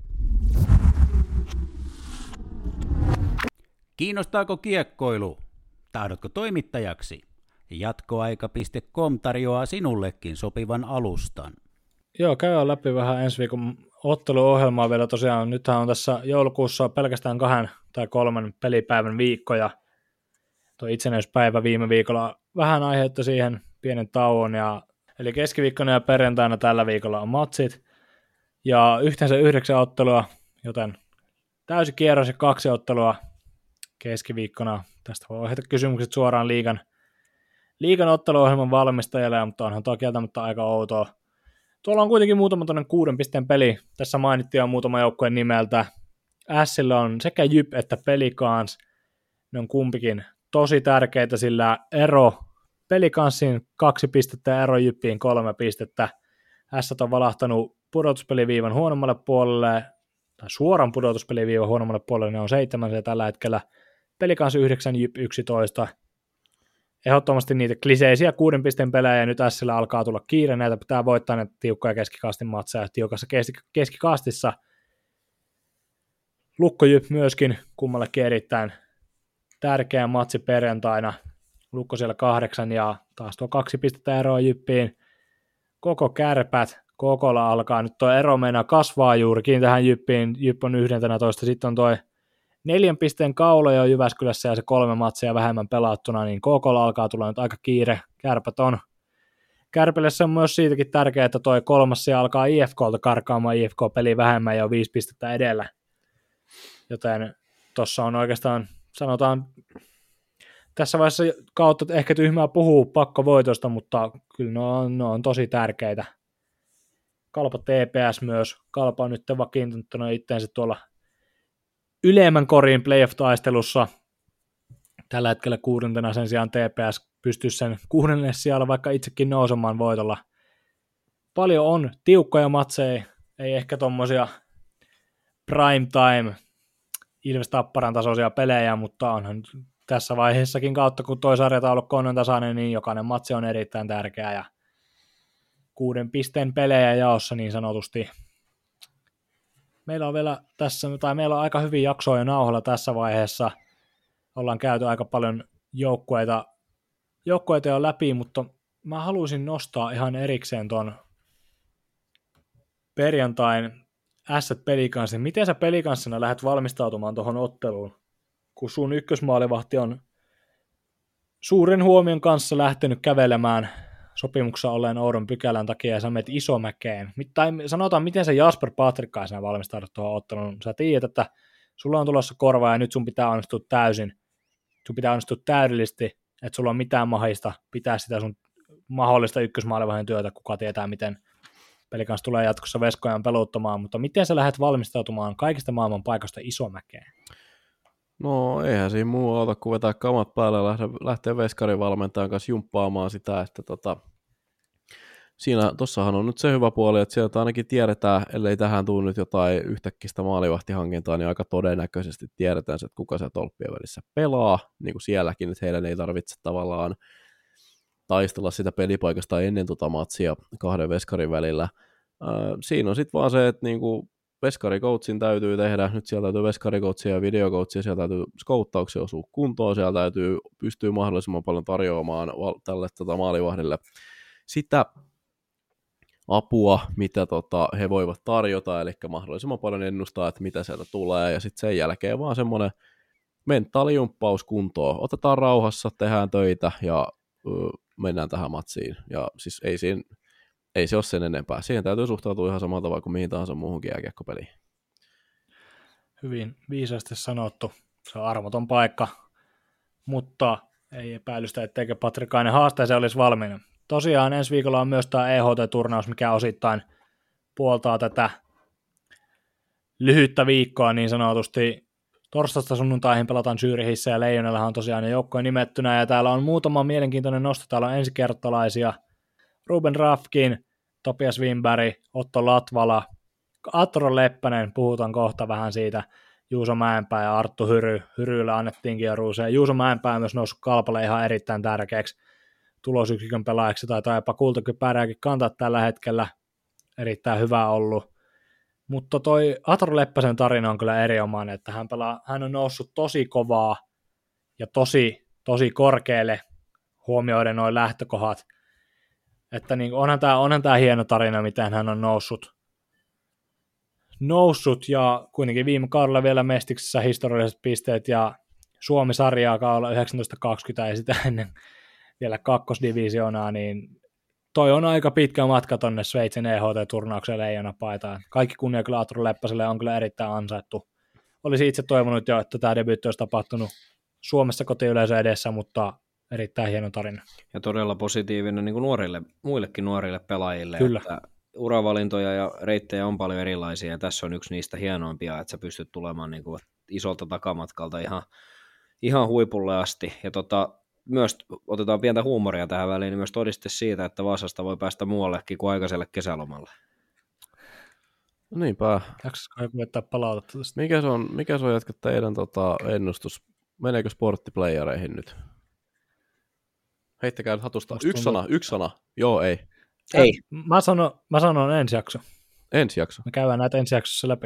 Kiinnostaako kiekkoilu? Tahdotko toimittajaksi? Jatkoaika piste com tarjoaa sinullekin sopivan alustan. Joo, käydään läpi vähän ensi viikon otteluohjelmaa vielä tosiaan. Nythän on tässä joulukuussa pelkästään kahden tai kolmen pelipäivän viikkoja. Tuo itsenäispäivä viime viikolla vähän aiheutti siihen pienen tauon. Ja, eli keskiviikkona ja perjantaina tällä viikolla on matsit. Ja yhteensä yhdeksän ottelua, joten täysi kierros ja kaksi ottelua keskiviikkona. Tästä voi ohjata kysymykset suoraan liigan, liigan otteluohjelman valmistajalle, mutta onhan tuo kieltämättä aika outoa. Tuolla on kuitenkin muutama tuonne kuuden pisteen peli. Tässä mainittiin jo muutama joukkueen nimeltä. Sillä on sekä Jyp että Pelicans. Ne on kumpikin tosi tärkeitä, sillä ero Pelicansin kaksi pistettä ja ero Jyppiin kolme pistettä. S on valahtanut pudotuspeliviivan huonommalle puolelle, tai suoran pudotuspeliviivan huonommalle puolelle, ne on seitsemän ja tällä hetkellä. Pelicans yhdeksän, Jyp yksitoista. Ehdottomasti niitä kliseisiä kuuden pisteen pelejä, ja nyt Sillä alkaa tulla kiire, näitä pitää voittaa näitä tiukkoja keskikastin matseja. Tiukassa keskikastissa Lukko Jyp myöskin kummallekin erittäin tärkeä matsi perjantaina. Lukko siellä kahdeksan ja taas tuo kaksi pistettä eroa Jyppiin. Koko Kärpät, Kokolla alkaa nyt tuo ero meinaa kasvaa juurikin tähän Jyppiin. Jyp on yksitoista, sitten on tuo neljän pisteen kaula jo Jyväskylässä ja se kolme matsia vähemmän pelattuna, niin Kokolla alkaa tulla nyt aika kiire. Kärpät on. Kärpille se on myös siitäkin tärkeää, että toi kolmas se alkaa I F K:lta karkaamaan I F K-peli vähemmän ja on viisi pistettä edellä. Joten tuossa on oikeastaan, sanotaan, tässä vaiheessa kautta ehkä tyhmää puhuu pakkovoitosta, mutta kyllä ne on, ne on tosi tärkeitä. Kalpa T P S myös. Kalpa on nyt vakiintunut itseensä tuolla ylemmän korin playoff-taistelussa. Tällä hetkellä kuudentena sen sijaan T P S pystyy sen kuudennelle sijalla vaikka itsekin nousemaan voitolla. Paljon on tiukkoja matseja, ei ehkä tommosia prime time Ilves Tapparan tasoisia pelejä, mutta onhan tässä vaiheessakin kautta, kun toi sarjataulukko on tasainen, niin jokainen matsi on erittäin tärkeä ja kuuden pisteen pelejä jaossa niin sanotusti. Meillä on vielä tässä, tai meillä on aika hyvin jaksoja nauhalla tässä vaiheessa. Ollaan käyty aika paljon joukkueita, joukkueita jo läpi, mutta mä haluaisin nostaa ihan erikseen ton perjantain Ässät Pelicansin. Miten sä Pelicansina lähdet valmistautumaan tuohon otteluun, kun sun ykkösmaalivahti on suuren huomion kanssa lähtenyt kävelemään sopimuksessa olleen oudon pykälän takia ja sä menet Isomäkeen. Tai sanotaan, miten sä Jasper Patrikkaisena valmistaudut tuohon otteluun. Sä tiedät, että sulla on tulossa korva ja nyt sun pitää onnistua täysin. Sun pitää onnistua täydellisesti, että sulla on mitään mahista pitää sitä sun mahdollista ykkösmaalivahdin työtä, kuka tietää, miten Pelicans tulee jatkossa veskojan peluuttamaan, mutta miten sä lähdet valmistautumaan kaikista maailman paikoista Isomäkeen? No eihän siinä muu auta kuin vetää kamat päälle ja lähteä, lähteä veskarin valmentajan kanssa jumppaamaan sitä, että tota, siinä, tossahan on nyt se hyvä puoli, että sieltä ainakin tiedetään, ellei tähän tule nyt jotain yhtäkkistä maalivahtihankintaa, niin aika todennäköisesti tiedetään, että kuka se tolppien välissä pelaa, niin kuin sielläkin, että heidän ei tarvitse tavallaan taistella sitä pelipaikasta ennen tota matsia kahden veskarin välillä. Äh, siinä on sitten vaan se, että niinku veskarikoutsin täytyy tehdä, nyt siellä täytyy veskarikoutsia ja videokoutsia, siellä täytyy skouttauksia osua kuntoon, siellä täytyy pystyä mahdollisimman paljon tarjoamaan tälle tota, maalivahdille sitä apua, mitä tota, he voivat tarjota, eli mahdollisimman paljon ennustaa, että mitä sieltä tulee, ja sitten sen jälkeen vaan semmoinen mentaalijumppaus kuntoon. Otetaan rauhassa, tehdään töitä, ja ö, mennään tähän matsiin. Ja siis ei, siinä, ei se ole sen enempää. Siihen täytyy suhtautua ihan samalla tavalla kuin mihin tahansa muuhunkin jääkiekkopeliin. Hyvin viisaasti sanottu. Se on armoton paikka, mutta ei epäilystä, etteikö Patrikainen haasteeseen olisi valmiina. Tosiaan ensi viikolla on myös tämä E H T-turnaus, mikä osittain puoltaa tätä lyhyttä viikkoa niin sanotusti. Torstaista sunnuntaihin pelataan Zürichissä ja Leijonellahan on tosiaan ne joukkoja nimettynä, ja täällä on muutama mielenkiintoinen nosto. Täällä on ensikertalaisia: Ruben Rafkin, Topias Wimberg, Otto Latvala, Atro Leppänen, puhutaan kohta vähän siitä, Juuso Mäenpää ja Arttu Hyry. Hyryllä annettiinkin jo ruuseen. Juuso Mäenpää on myös noussut Kalpalle ihan erittäin tärkeäksi tulosyksikön pelaajaksi, taitaa jopa kultakypärääkin kantaa tällä hetkellä. Erittäin hyvä ollut. Mutta toi Atro Leppäsen tarina on kyllä erinomainen, että hän, pelaa, hän on noussut tosi kovaa ja tosi, tosi korkealle huomioiden nuo lähtökohdat. Että niin, onhan tämä onhan tää hieno tarina, miten hän on noussut. noussut ja kuitenkin viime kaudella vielä Mestiksessä historialliset pisteet ja Suomi-sarjaa kaudella yhdeksäntoista kaksikymmentä ja sitä ennen vielä kakkosdivisioonaa, niin toi on aika pitkä matka tonne Sveitsin E H T-turnaukseen leijonapaitaan. Kaikki kunnia kyllä Atro Leppäselle on kyllä erittäin ansaittu. Olisin itse toivonut jo, että tämä debyytti olisi tapahtunut Suomessa kotiyleisö edessä, mutta erittäin hieno tarina. Ja todella positiivinen niin kuin nuorille, muillekin nuorille pelaajille. Kyllä. Että uravalintoja ja reittejä on paljon erilaisia, ja tässä on yksi niistä hienoimpia, että sä pystyt tulemaan niin kuin isolta takamatkalta ihan, ihan huipulle asti. Ja tota, myös otetaan pientä huumoria tähän väliin, niin myös todiste siitä, että Vaasasta voi päästä muuallekin kuin aikaiselle kesälomalle. Niinpä. Jaksaisiko joku vetää palautetta tästä? Mikä se on, mikä se on jatka teidän tota, ennustus? Meneekö sporttiplayereihin nyt? Heittäkää nyt hatusta. Musta Yksi tuntuu- sana, yksi sana. Joo, ei. Ei. Mä sanon, mä sanon ensi jakso. Ensi jakso. Me käydään näitä ensi jaksossa läpi.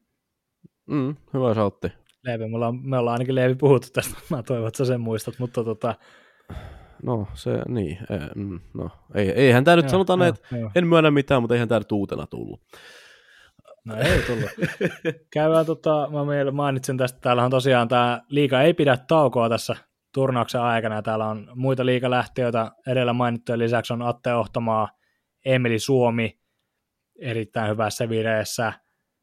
Mm, hyvä sautti. Leevi, me ollaan, me ollaan ainakin Leevi puhuttu tästä. Mä toivon, että sä sen muistat, mutta tota... No, se, niin. E, mm, no. Ei, eihän tää nyt Joo, sanotaan, joo, että joo. en myönnä mitään, mutta eihän tää nyt uutena tullut. No ei tullut. Käydään, tota, mä meille mainitsin tästä, täällä on tosiaan tämä liiga ei pidä taukoa tässä turnauksen aikana. Täällä on muita liigalähtiöitä, edellä mainittujen lisäksi on Atte Ohtamaa, Emeli Suomi, erittäin hyvässä vireessä,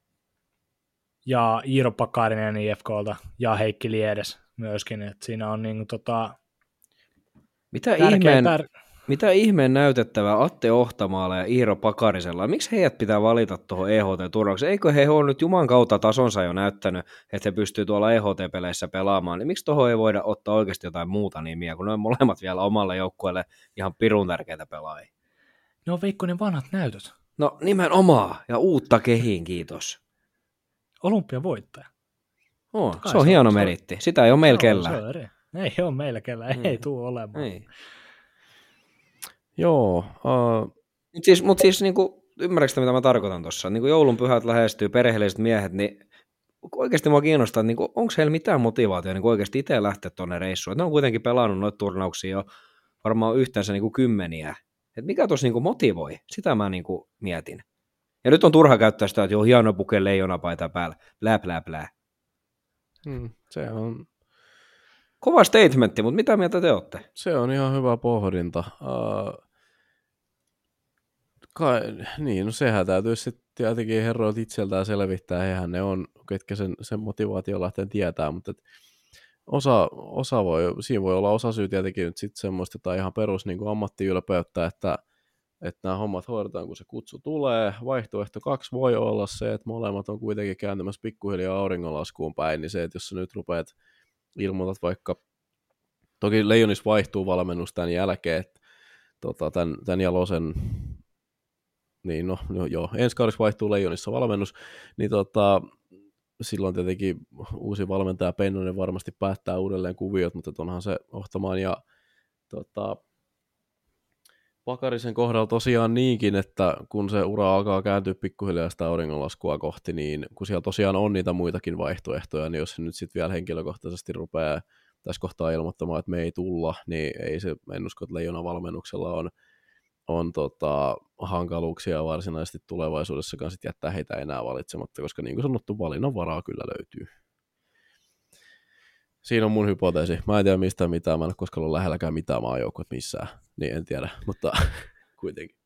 ja Iiro Pakarinen I F K:lta, ja Heikki Liedes myöskin. Et siinä on niin, tota, Mitä tärkeä, ihmeen, tär- mitä ihmeen näytettävää Atte Ohtamaalla ja Iiro Pakarisella? Miksi heidät pitää valita tuohon E H T-turnaukseen? Eikö he ole nyt Juman kautta tasonsa jo näyttänyt, että he pystyy tuolla E H T-peleissä pelaamaan? Niin miksi tuohon ei voida ottaa oikeasti jotain muuta nimiä, kun ne on molemmat vielä omalle joukkueelle ihan pirun tärkeitä pelaajia? ne on Veikko ne vanhat näytöt. No nimenomaan, ja uutta kehiin, kiitos. Olympiavoittaja. Oh, Totta kai se on se on- hieno se on- meritti. Sitä ei ole meillä Se on- kellään. se on eri. Ei ole meillä kellään, Mm. ei tule olemaan. Ei. Joo. Uh, Mutta siis, mut siis niinku, ymmärrätkö mitä mä tarkoitan tuossa? Niinku joulun pyhät lähestyy, perheelliset miehet, niin oikeasti mua kiinnostaa, että niinku, onko heillä mitään motivaatiota niinku oikeasti itse lähteä tuonne reissuun? Et ne on kuitenkin pelannut noita turnauksia jo varmaan yhteensä niinku kymmeniä. Et mikä tuossa niinku motivoi? Sitä mä niinku mietin. Ja nyt on turha käyttää sitä, että joo, hieno puke leijonapaita päällä. Blää, blää, blää. hmm, se on... Kova statementti, mutta mitä mieltä te olette? Se on ihan hyvä pohdinta. Uh, kai, niin, no sehän täytyy sitten tietenkin herroilta itseltään selvittää. Hehän ne on, ketkä sen, sen motivaation lähteen tietää, mutta et osa, osa voi, siinä voi olla osa syy tietenkin nyt sitten semmoista tai ihan perus niin kuin ammattiylpeyttä, että, että nämä hommat hoidetaan, kun se kutsu tulee. Vaihtoehto kaksi voi olla se, että molemmat on kuitenkin kääntymässä pikkuhiljaa auringonlaskuun päin, niin se, että jos sä nyt rupeat ilmoitat vaikka, toki Leijonis vaihtuu valmennus tämän jälkeen, että tota, tämän, tämän Jalosen niin no, no joo, ensi kaudeksi vaihtuu Leijonissa valmennus, niin tota, silloin tietenkin uusi valmentaja Pennonen varmasti päättää uudelleen kuviot, mutta onhan se Ohtamaan ja tota, Pakarisen kohdalla tosiaan niinkin, että kun se ura alkaa kääntyä pikkuhiljaa sitä auringonlaskua kohti, niin kun siellä tosiaan on niitä muitakin vaihtoehtoja, niin jos se nyt sitten vielä henkilökohtaisesti rupeaa tässä kohtaa ilmoittamaan, että me ei tulla, niin ei se, en usko, että Leijonan valmennuksella on, on tota, hankaluuksia varsinaisesti tulevaisuudessakaan sit jättää heitä enää valitsematta, koska niin kuin sanottu, valinnan varaa kyllä löytyy. Siinä on mun hypoteesi. Mä en tiedä mistä mitään, mä en ole koskaan ollut lähelläkään mitään maajoukkuetta missään, niin en tiedä, mutta kuitenkin.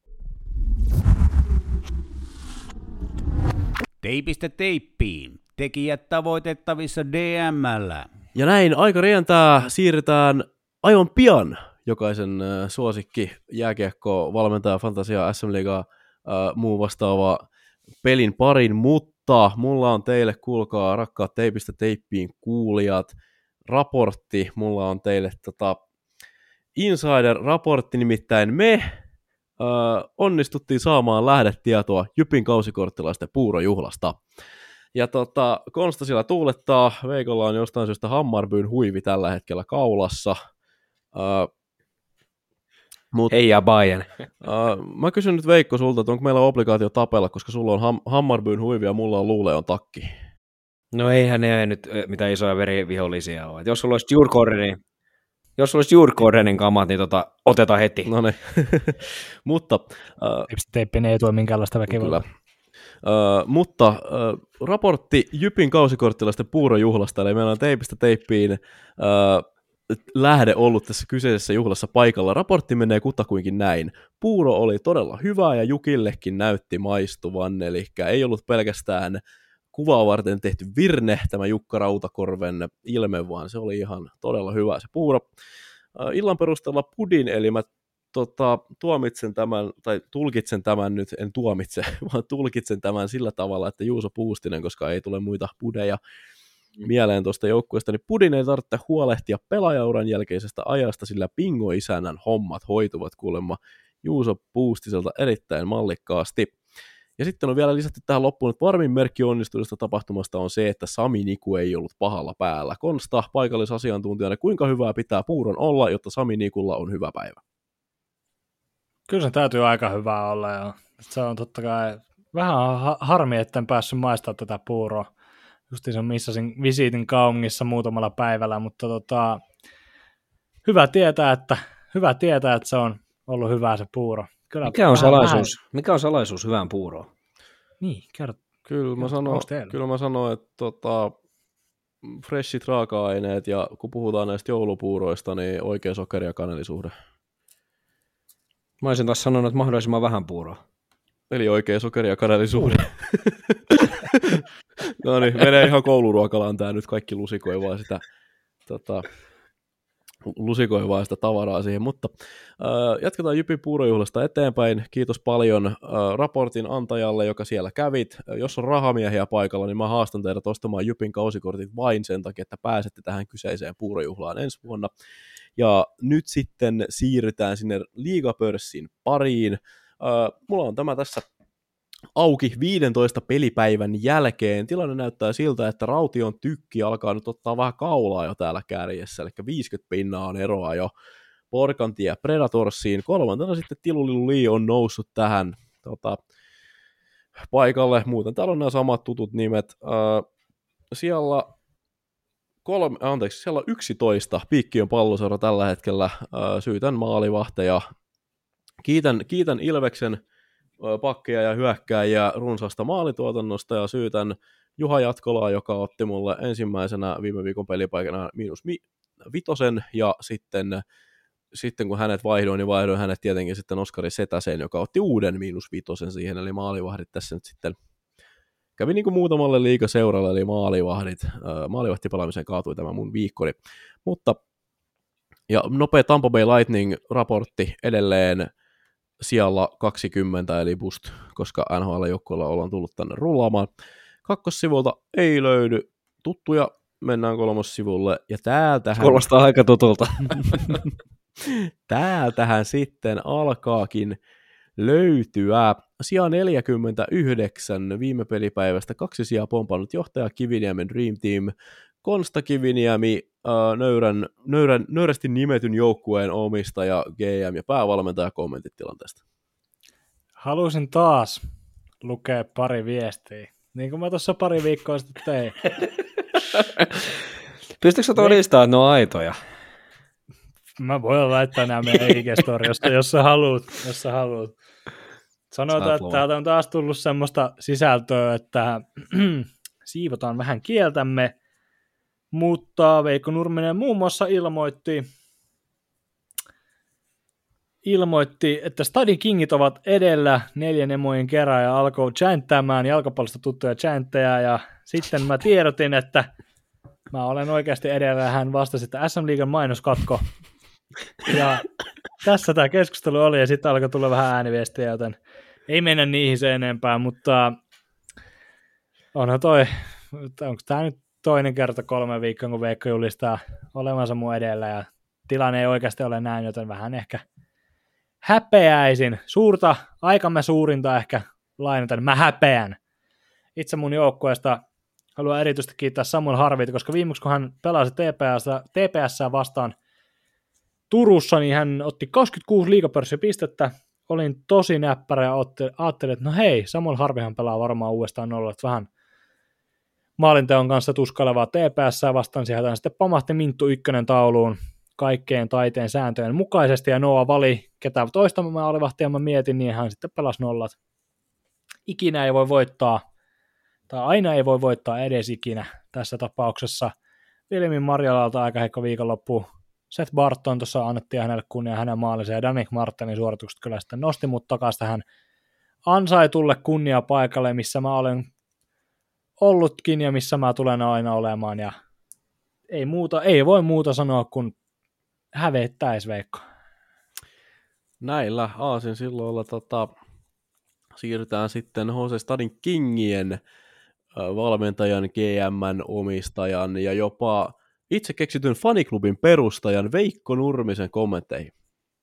Teipistä teippiin. Tekijät tavoitettavissa D M:llä. Ja näin aika rientää, siirrytään aivan pian jokaisen äh, suosikki jääkiekko valmentaja Fantasia S M-liigaa äh, muu vastaava pelin parin, mutta mulla on teille, kuulkaa rakkaat teipistä teippiin kuulijat, raportti, mulla on teille tota Insider-raportti, nimittäin me äh, onnistuttiin saamaan lähdetietoa Jypin kausikorttilaisten puurojuhlasta. Ja tota, Konsta siellä tuulettaa, Veikolla on jostain syystä Hammarbyn huivi tällä hetkellä kaulassa. Uh, mut, Hei ja Bayern. Uh, mä kysyn nyt Veikko sulta, että onko meillä obligaatio tapella, koska sulla on ham- Hammarbyn huivi ja mulla on Luuleon takki. No eihän ne nyt mitään isoja verivihollisia ole. Et jos sulla olisi Djurgårdenin, jos sulla olisi Djurgårdenin kamat, niin tota, otetaan heti. No niin. Mutta... Uh, Teippi ei tuo minkäänlaista väkivaltaa. Uh, mutta uh, raportti Jypin kausikorttilaisten puurojuhlasta, eli meillä on teipistä teippiin uh, lähde ollut tässä kyseisessä juhlassa paikalla. Raportti menee kutakuinkin näin. Puuro oli todella hyvä ja Jukillekin näytti maistuvan, eli ei ollut pelkästään kuvaa varten tehty virne, tämä Jukka Rautakorven ilme, vaan se oli ihan todella hyvä se puuro. Uh, illan perusteella pudin, eli mä Tota, tuomitsen tämän, tai tulkitsen tämän nyt, en tuomitse, vaan tulkitsen tämän sillä tavalla, että Juuso Puustinen, koska ei tule muita pudeja mieleen tuosta joukkueesta, niin pudin ei tarvitse huolehtia pelaajauran jälkeisestä ajasta, sillä Pingo-isännän hommat hoituvat kuulemma Juuso Puustiselta erittäin mallikkaasti. Ja sitten on vielä lisätty tähän loppuun, että varmin merkki onnistuneesta tapahtumasta on se, että Sami Niku ei ollut pahalla päällä. Konsta paikallisasiantuntijana, kuinka hyvää pitää puuron olla, jotta Sami Nikulla on hyvä päivä? Kyllä se täytyy aika hyvää olla. Ja se on totta kai vähän harmi, että en päässyt maistamaan tätä puuroa. Justiin sen missasin visiitin kaupungissa muutamalla päivällä, mutta tota, hyvä tietää, että hyvä tietää, että se on ollut hyvä se puuro. Kyllä Mikä on salaisuus? Vähän... Mikä on salaisuus hyvään puuroon? Niin, kerro. Kyllä mä sanon, kyllä mä sanon että tota, freshit raaka-aineet ja kun puhutaan näistä joulupuuroista, niin oikea sokeri- ja kanelisuhde. Mä olisin taas sanonut, että mahdollisimman vähän puuroa. Eli oikea sokeri- ja kanelisuhde. No niin, menee ihan kouluruokalaan tää nyt, kaikki lusikoi vaan sitä, tota, lusikoi vaan sitä tavaraa siihen, mutta äh, jatketaan Jypin puurojuhlasta eteenpäin. Kiitos paljon äh, raportin antajalle, joka siellä kävit. Jos on rahamiehiä paikalla, niin mä haastan teidät ostamaan Jypin kausikortit vain sen takia, että pääsette tähän kyseiseen puurojuhlaan ensi vuonna. Ja nyt sitten siirrytään sinne liigapörssin pariin. Uh, mulla on tämä tässä auki viidentoista pelipäivän jälkeen. Tilanne näyttää siltä, että Raution tykki alkaa nyt ottaa vähän kaulaa jo täällä kärjessä, eli viisikymmentä pinnaa on eroa jo Porkantia ja Predatorsiin. Kolmantena sitten Tilulilu Lee on noussut tähän tota, paikalle. Muuten täällä on nämä samat tutut nimet. Uh, siellä... Kolme, anteeksi, siellä on yksitoista Piikkiön palloseura tällä hetkellä. Syytän maalivahteja. Kiitän, kiitän Ilveksen pakkeja ja hyökkääjiä runsaasta maalituotannosta ja syytän Juha Jatkolaa, joka otti mulle ensimmäisenä viime viikon pelipaikana miinus mi- vitosen ja sitten, sitten kun hänet vaihdoin, niin vaihdoin hänet tietenkin sitten Oskari Setäseen, joka otti uuden miinus vitosen siihen, eli maalivahdit tässä nyt sitten kävi niin kuin muutamalle liigaseuralle, eli maalivahdit, maalivahtipelaamiseen kaatui tämä mun viikkoni. Mutta, ja nopea Tampa Bay Lightning-raportti edelleen siellä kaksikymmentä, eli boost, koska N H L-joukkueella ollaan tullut tänne rullaamaan. Kakkossivulta ei löydy tuttuja, mennään kolmossivulle, ja täältähän... Kuulostaa aika tutulta. Täältähän sitten alkaakin löytyä. Sija neljäkymmentäyhdeksän viime pelipäivästä kaksi sijaa pompannut johtaja Kiviniemen Dream Team. Konsta Kiviniemi, äh, nöyrän, nöyrän, nöyrästi nimetyn joukkueen omistaja, G M ja päävalmentaja, kommentit tilanteesta. Haluaisin taas lukea pari viestiä, niin kuin mä tuossa pari viikkoa sitten tein. Pystytkö sä todistamaan, että ne on aitoja? Mä voin laittaa nämä meidän I G-storiosta, jos sä haluat. Jos sä haluat. Sanotaan, että täältä on taas tullut semmoista sisältöä, että siivotaan vähän kieltämme, mutta Veikko Nurminen muun muassa ilmoitti, ilmoitti, että Stadin Kingit ovat edellä neljän emojen kerran ja alkoi chanttäämään jalkapallosta tuttuja chantteja ja sitten mä tiedotin, että mä olen oikeasti edellä ja hän vastasi, että S M-liigan mainoskatko. Ja tässä tämä keskustelu oli ja sitten alkoi tulla vähän ääniviestiä, joten ei mennä niihin sen enempää, mutta onhan toi, onko tämä nyt toinen kerta kolme viikkoa, kun Veikko julistaa olevansa mun edellä ja tilanne ei oikeasti ole näin, joten vähän ehkä häpeäisin. Suurta, aikamme suurinta ehkä lainaten, mä häpeän. Itse mun joukkueesta haluan erityisesti kiittää Samuel Harvit, koska viimeksi kun hän pelasi T P S:ää vastaan Turussa, niin hän otti kaksikymmentäkuusi liigapörssipistettä. Olin tosi näppärä ja ajattelin, että no hei, Samuel Harvihan pelaa varmaan uudestaan nolla, että vähän maalinteon kanssa tuskailevaa T P S:ää vastaan. Sieltä sitten pamahti Minttu ykkönen tauluun kaikkeen taiteen sääntöjen mukaisesti, ja Noa vali, ketä toista mä olivahtia mä mietin, niin hän sitten pelasi nollat. Ikinä ei voi voittaa, tai aina ei voi voittaa edes ikinä tässä tapauksessa. Vilmin Marjalalta aika heikko viikonloppu. Seth Barton tuossa annettiin hänelle kunnia hänen maalinsa, ja Danik Martinin suoritukset kyllä sitten nosti mut takaisin tähän ansaitulle kunnia paikalle, missä mä olen ollutkin ja missä mä tulen aina olemaan, ja ei, muuta, ei voi muuta sanoa kuin hävettäis Veikko. Näillä aasin silloin tota, siirrytään sitten H C Stadin Kingien valmentajan, G M:n omistajan ja jopa itse keksityn faniklubin perustajan Veikko Nurmisen kommentteihin.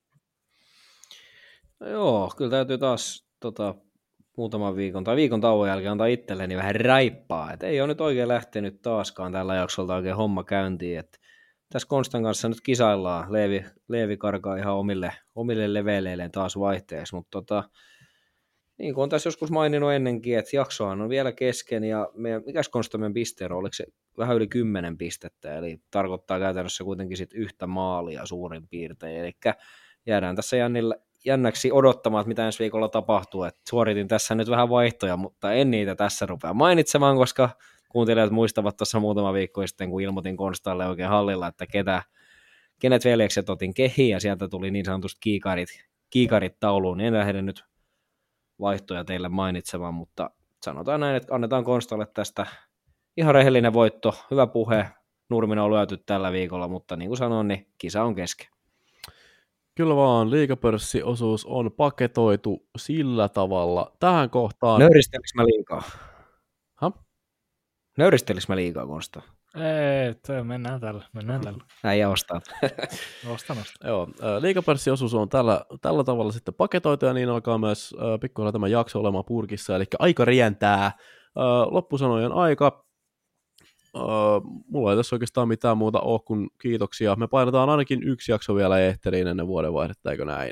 No joo, kyllä täytyy taas tota, muutaman viikon tai viikon tauon jälkeen antaa itselleni vähän raippaa. Et ei ole nyt oikein lähtenyt taaskaan tällä jaksolta oikein homma käyntiin. Et tässä Konstan kanssa nyt kisaillaan. Leevi, Leevi karkaa ihan omille, omille leveleilleen taas vaihteeksi, mutta tota, niin kuin on tässä joskus maininnut ennenkin, että jaksohan on vielä kesken, ja meidän, mikäs Konsta meidän pisteero, oliko se vähän yli kymmenen pistettä, eli tarkoittaa käytännössä kuitenkin sit yhtä maalia suurin piirtein, eli jäädään tässä jännillä, jännäksi odottamaan, että mitä ensi viikolla tapahtuu, että suoritin tässä nyt vähän vaihtoja, mutta en niitä tässä rupea mainitsemaan, koska kuuntelijat muistavat tuossa muutama viikko sitten, kun ilmoitin Konstalle oikein hallilla, että ketä, kenet veljekset otin kehiin, ja sieltä tuli niin sanotusti kiikarit, kiikarit tauluun, niin en lähde nyt vaihtoja teille mainitsemaan, mutta sanotaan näin, että annetaan Konstalle tästä ihan rehellinen voitto, hyvä puhe, Nurminen on lyöty tällä viikolla, mutta niin kuin sanoin, niin kisa on kesken. Kyllä vaan, liigapörssiosuus on paketoitu sillä tavalla tähän kohtaan. Nöyristelikö mä liikaa? Ha? Nöyristelikö mä liikaa, Konsta? Ei, toi, mennään tällä, mennään tällä. Äijä ostaa. Ostan, ostan. Joo, liigapörssiosuus on tällä, tällä tavalla sitten paketoitu, ja niin alkaa myös äh, pikkuhiljaa tämä jakso olemaan purkissa, eli aika rientää. Äh, loppusanojen aika. Äh, mulla ei tässä oikeastaan mitään muuta ole kuin kiitoksia. Me painetaan ainakin yksi jakso vielä ehteriin ennen vuodenvaihdetta, eikö näin?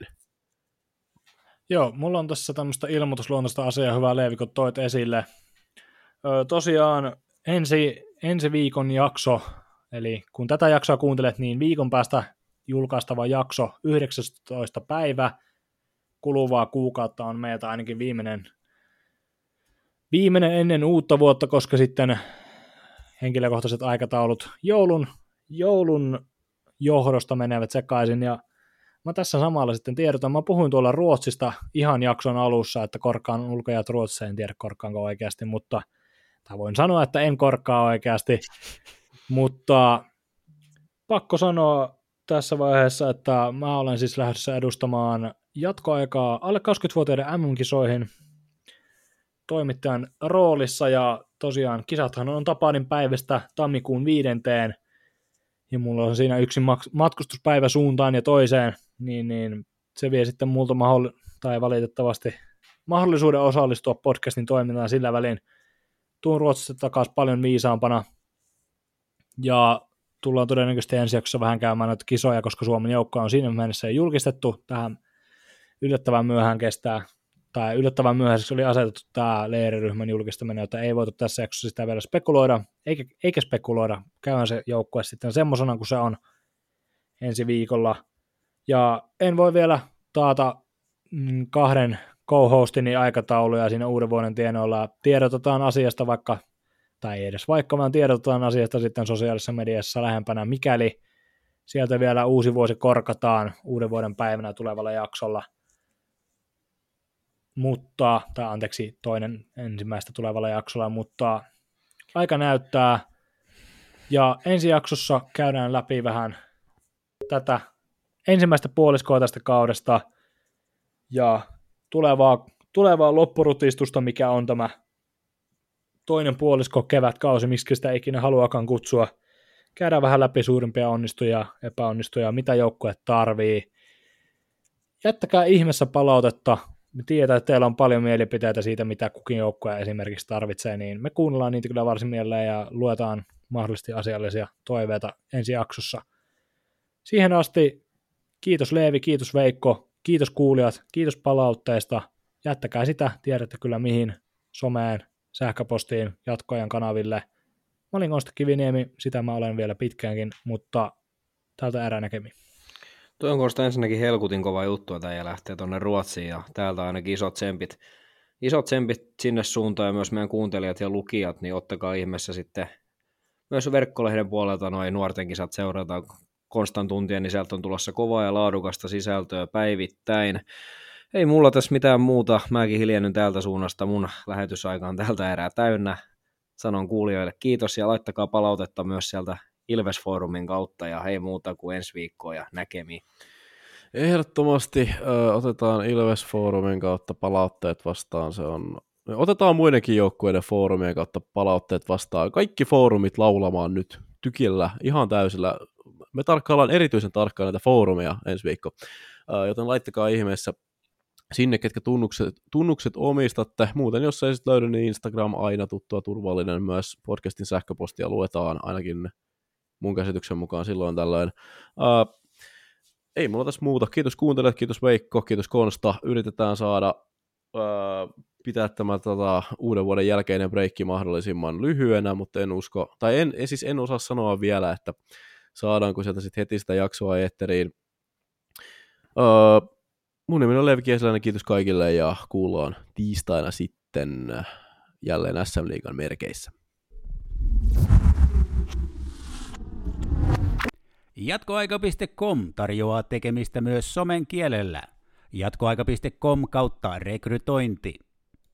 Joo, mulla on tässä tämmöistä ilmoitusluontoista asiaa, hyvää Leevi, kun toit esille. Ö, tosiaan ensi, ensi viikon jakso, eli kun tätä jaksoa kuuntelet, niin viikon päästä julkaistava jakso, yhdeksästoista päivä, kuluvaa kuukautta on meiltä ainakin viimeinen, viimeinen ennen uutta vuotta, koska sitten henkilökohtaiset aikataulut joulun, joulun johdosta menevät sekaisin, ja mä tässä samalla sitten tiedotan, mä puhuin tuolla Ruotsista ihan jakson alussa, että korkkaan ulkojat Ruotsissa, en tiedä korkkaanko oikeasti, mutta tai voin sanoa, että en korkkaa oikeasti, mutta pakko sanoa tässä vaiheessa, että mä olen siis lähdössä edustamaan jatkoaikaa alle kaksikymmentävuotiaiden M M-kisoihin toimittajan roolissa, ja tosiaan kisathan on Tapanin päivästä tammikuun viidenteen, ja mulla on siinä yksi matkustuspäivä suuntaan ja toiseen, niin, niin se vie sitten multa tai valitettavasti mahdollisuuden osallistua podcastin toimintaan sillä välin. Tuun Ruotsista takaisin paljon viisaampana ja tullaan todennäköisesti ensi jaksossa vähän käymään noita kisoja, koska Suomen joukkoa on siinä mennessä julkistettu. Tähän yllättävän myöhään kestää, tai yllättävän myöhäiseksi oli asetettu tämä leiriryhmän julkistaminen, jota ei voitu tässä jaksossa sitä vielä spekuloida, eikä, eikä spekuloida, käydään se joukkue sitten semmoisena kuin se on ensi viikolla. Ja en voi vielä taata mm, kahden co-hostini aikatauluja siinä uuden vuoden tienoilla. Tiedotetaan asiasta vaikka, tai ei edes vaikka, vaan tiedotetaan asiasta sitten sosiaalisessa mediassa lähempänä, mikäli sieltä vielä uusi vuosi korkataan uuden vuoden päivänä tulevalla jaksolla. Mutta, tai anteeksi, toinen ensimmäistä tulevalla jaksolla, mutta aika näyttää. Ja ensi jaksossa käydään läpi vähän tätä ensimmäistä puoliskoa tästä kaudesta ja tulevaa, tulevaa loppurutistusta, mikä on tämä toinen puolisko, kevätkausi, miksi sitä ikinä haluakaan kutsua. Käydään vähän läpi suurimpia onnistuja, epäonnistuja, mitä joukkue tarvii. Jättäkää ihmeessä palautetta. Me tiedetään, että teillä on paljon mielipiteitä siitä, mitä kukin joukkue esimerkiksi tarvitsee, niin me kuunnellaan niitä kyllä varsin mieleen ja luetaan mahdollisesti asiallisia toiveita ensi jaksossa. Siihen asti kiitos Leevi, kiitos Veikko, kiitos kuulijat, kiitos palautteesta. Jättäkää sitä, tiedätte kyllä mihin, someen, sähköpostiin, jatkoajan kanaville. Mä olin Konsta Kiviniemi, sitä mä olen vielä pitkäänkin, mutta täältä erää näkemiin. Tuo on Konsta ensinnäkin helkutin kova juttu, että äijä lähtee tuonne Ruotsiin ja täältä ainakin isot tsempit. Isot tsempit sinne suuntaan ja myös meidän kuuntelijat ja lukijat, niin ottakaa ihmeessä sitten myös verkkolehden puolelta noin nuorten kisat seurataan Konstan tuntia, niin sieltä on tulossa kovaa ja laadukasta sisältöä päivittäin. Ei mulla tässä mitään muuta, mäkin hiljennyn täältä suunnasta, mun lähetysaika on tältä erää täynnä. Sanon kuulijoille kiitos ja laittakaa palautetta myös sieltä Ilves-foorumin kautta ja ei muuta kuin ensi viikkoa ja näkemiin. Ehdottomasti ö, otetaan Ilves-foorumin kautta palautteet vastaan, se on... Otetaan muidenkin joukkueiden foorumien kautta palautteet vastaan. Kaikki foorumit laulamaan nyt tykillä ihan täysillä. Me tarkkaillaan erityisen tarkkaan näitä foorumia ensi viikko, ö, joten laittakaa ihmeessä sinne, ketkä tunnukset, tunnukset omistatte. Muuten, jos ei sitten löydy, niin Instagram aina tuttua turvallinen. Myös podcastin sähköpostia luetaan ainakin mun käsityksen mukaan silloin tällöin. Uh, ei mulla tässä muuta. Kiitos kuuntelijat, kiitos Veikko, kiitos Konsta. Yritetään saada uh, pitää tämä tota, uuden vuoden jälkeinen breikki mahdollisimman lyhyenä, mutta en usko, tai en, siis en osaa sanoa vielä, että saadaanko sieltä sitten heti sitä jaksoa eetteriin. Uh, Mun nimi on Leevi Kieseläinen, kiitos kaikille ja kuullaan tiistaina sitten jälleen S M-liigan merkeissä. Jatkoaika piste com tarjoaa tekemistä myös somen kielellä. Jatkoaika piste com kautta rekrytointi.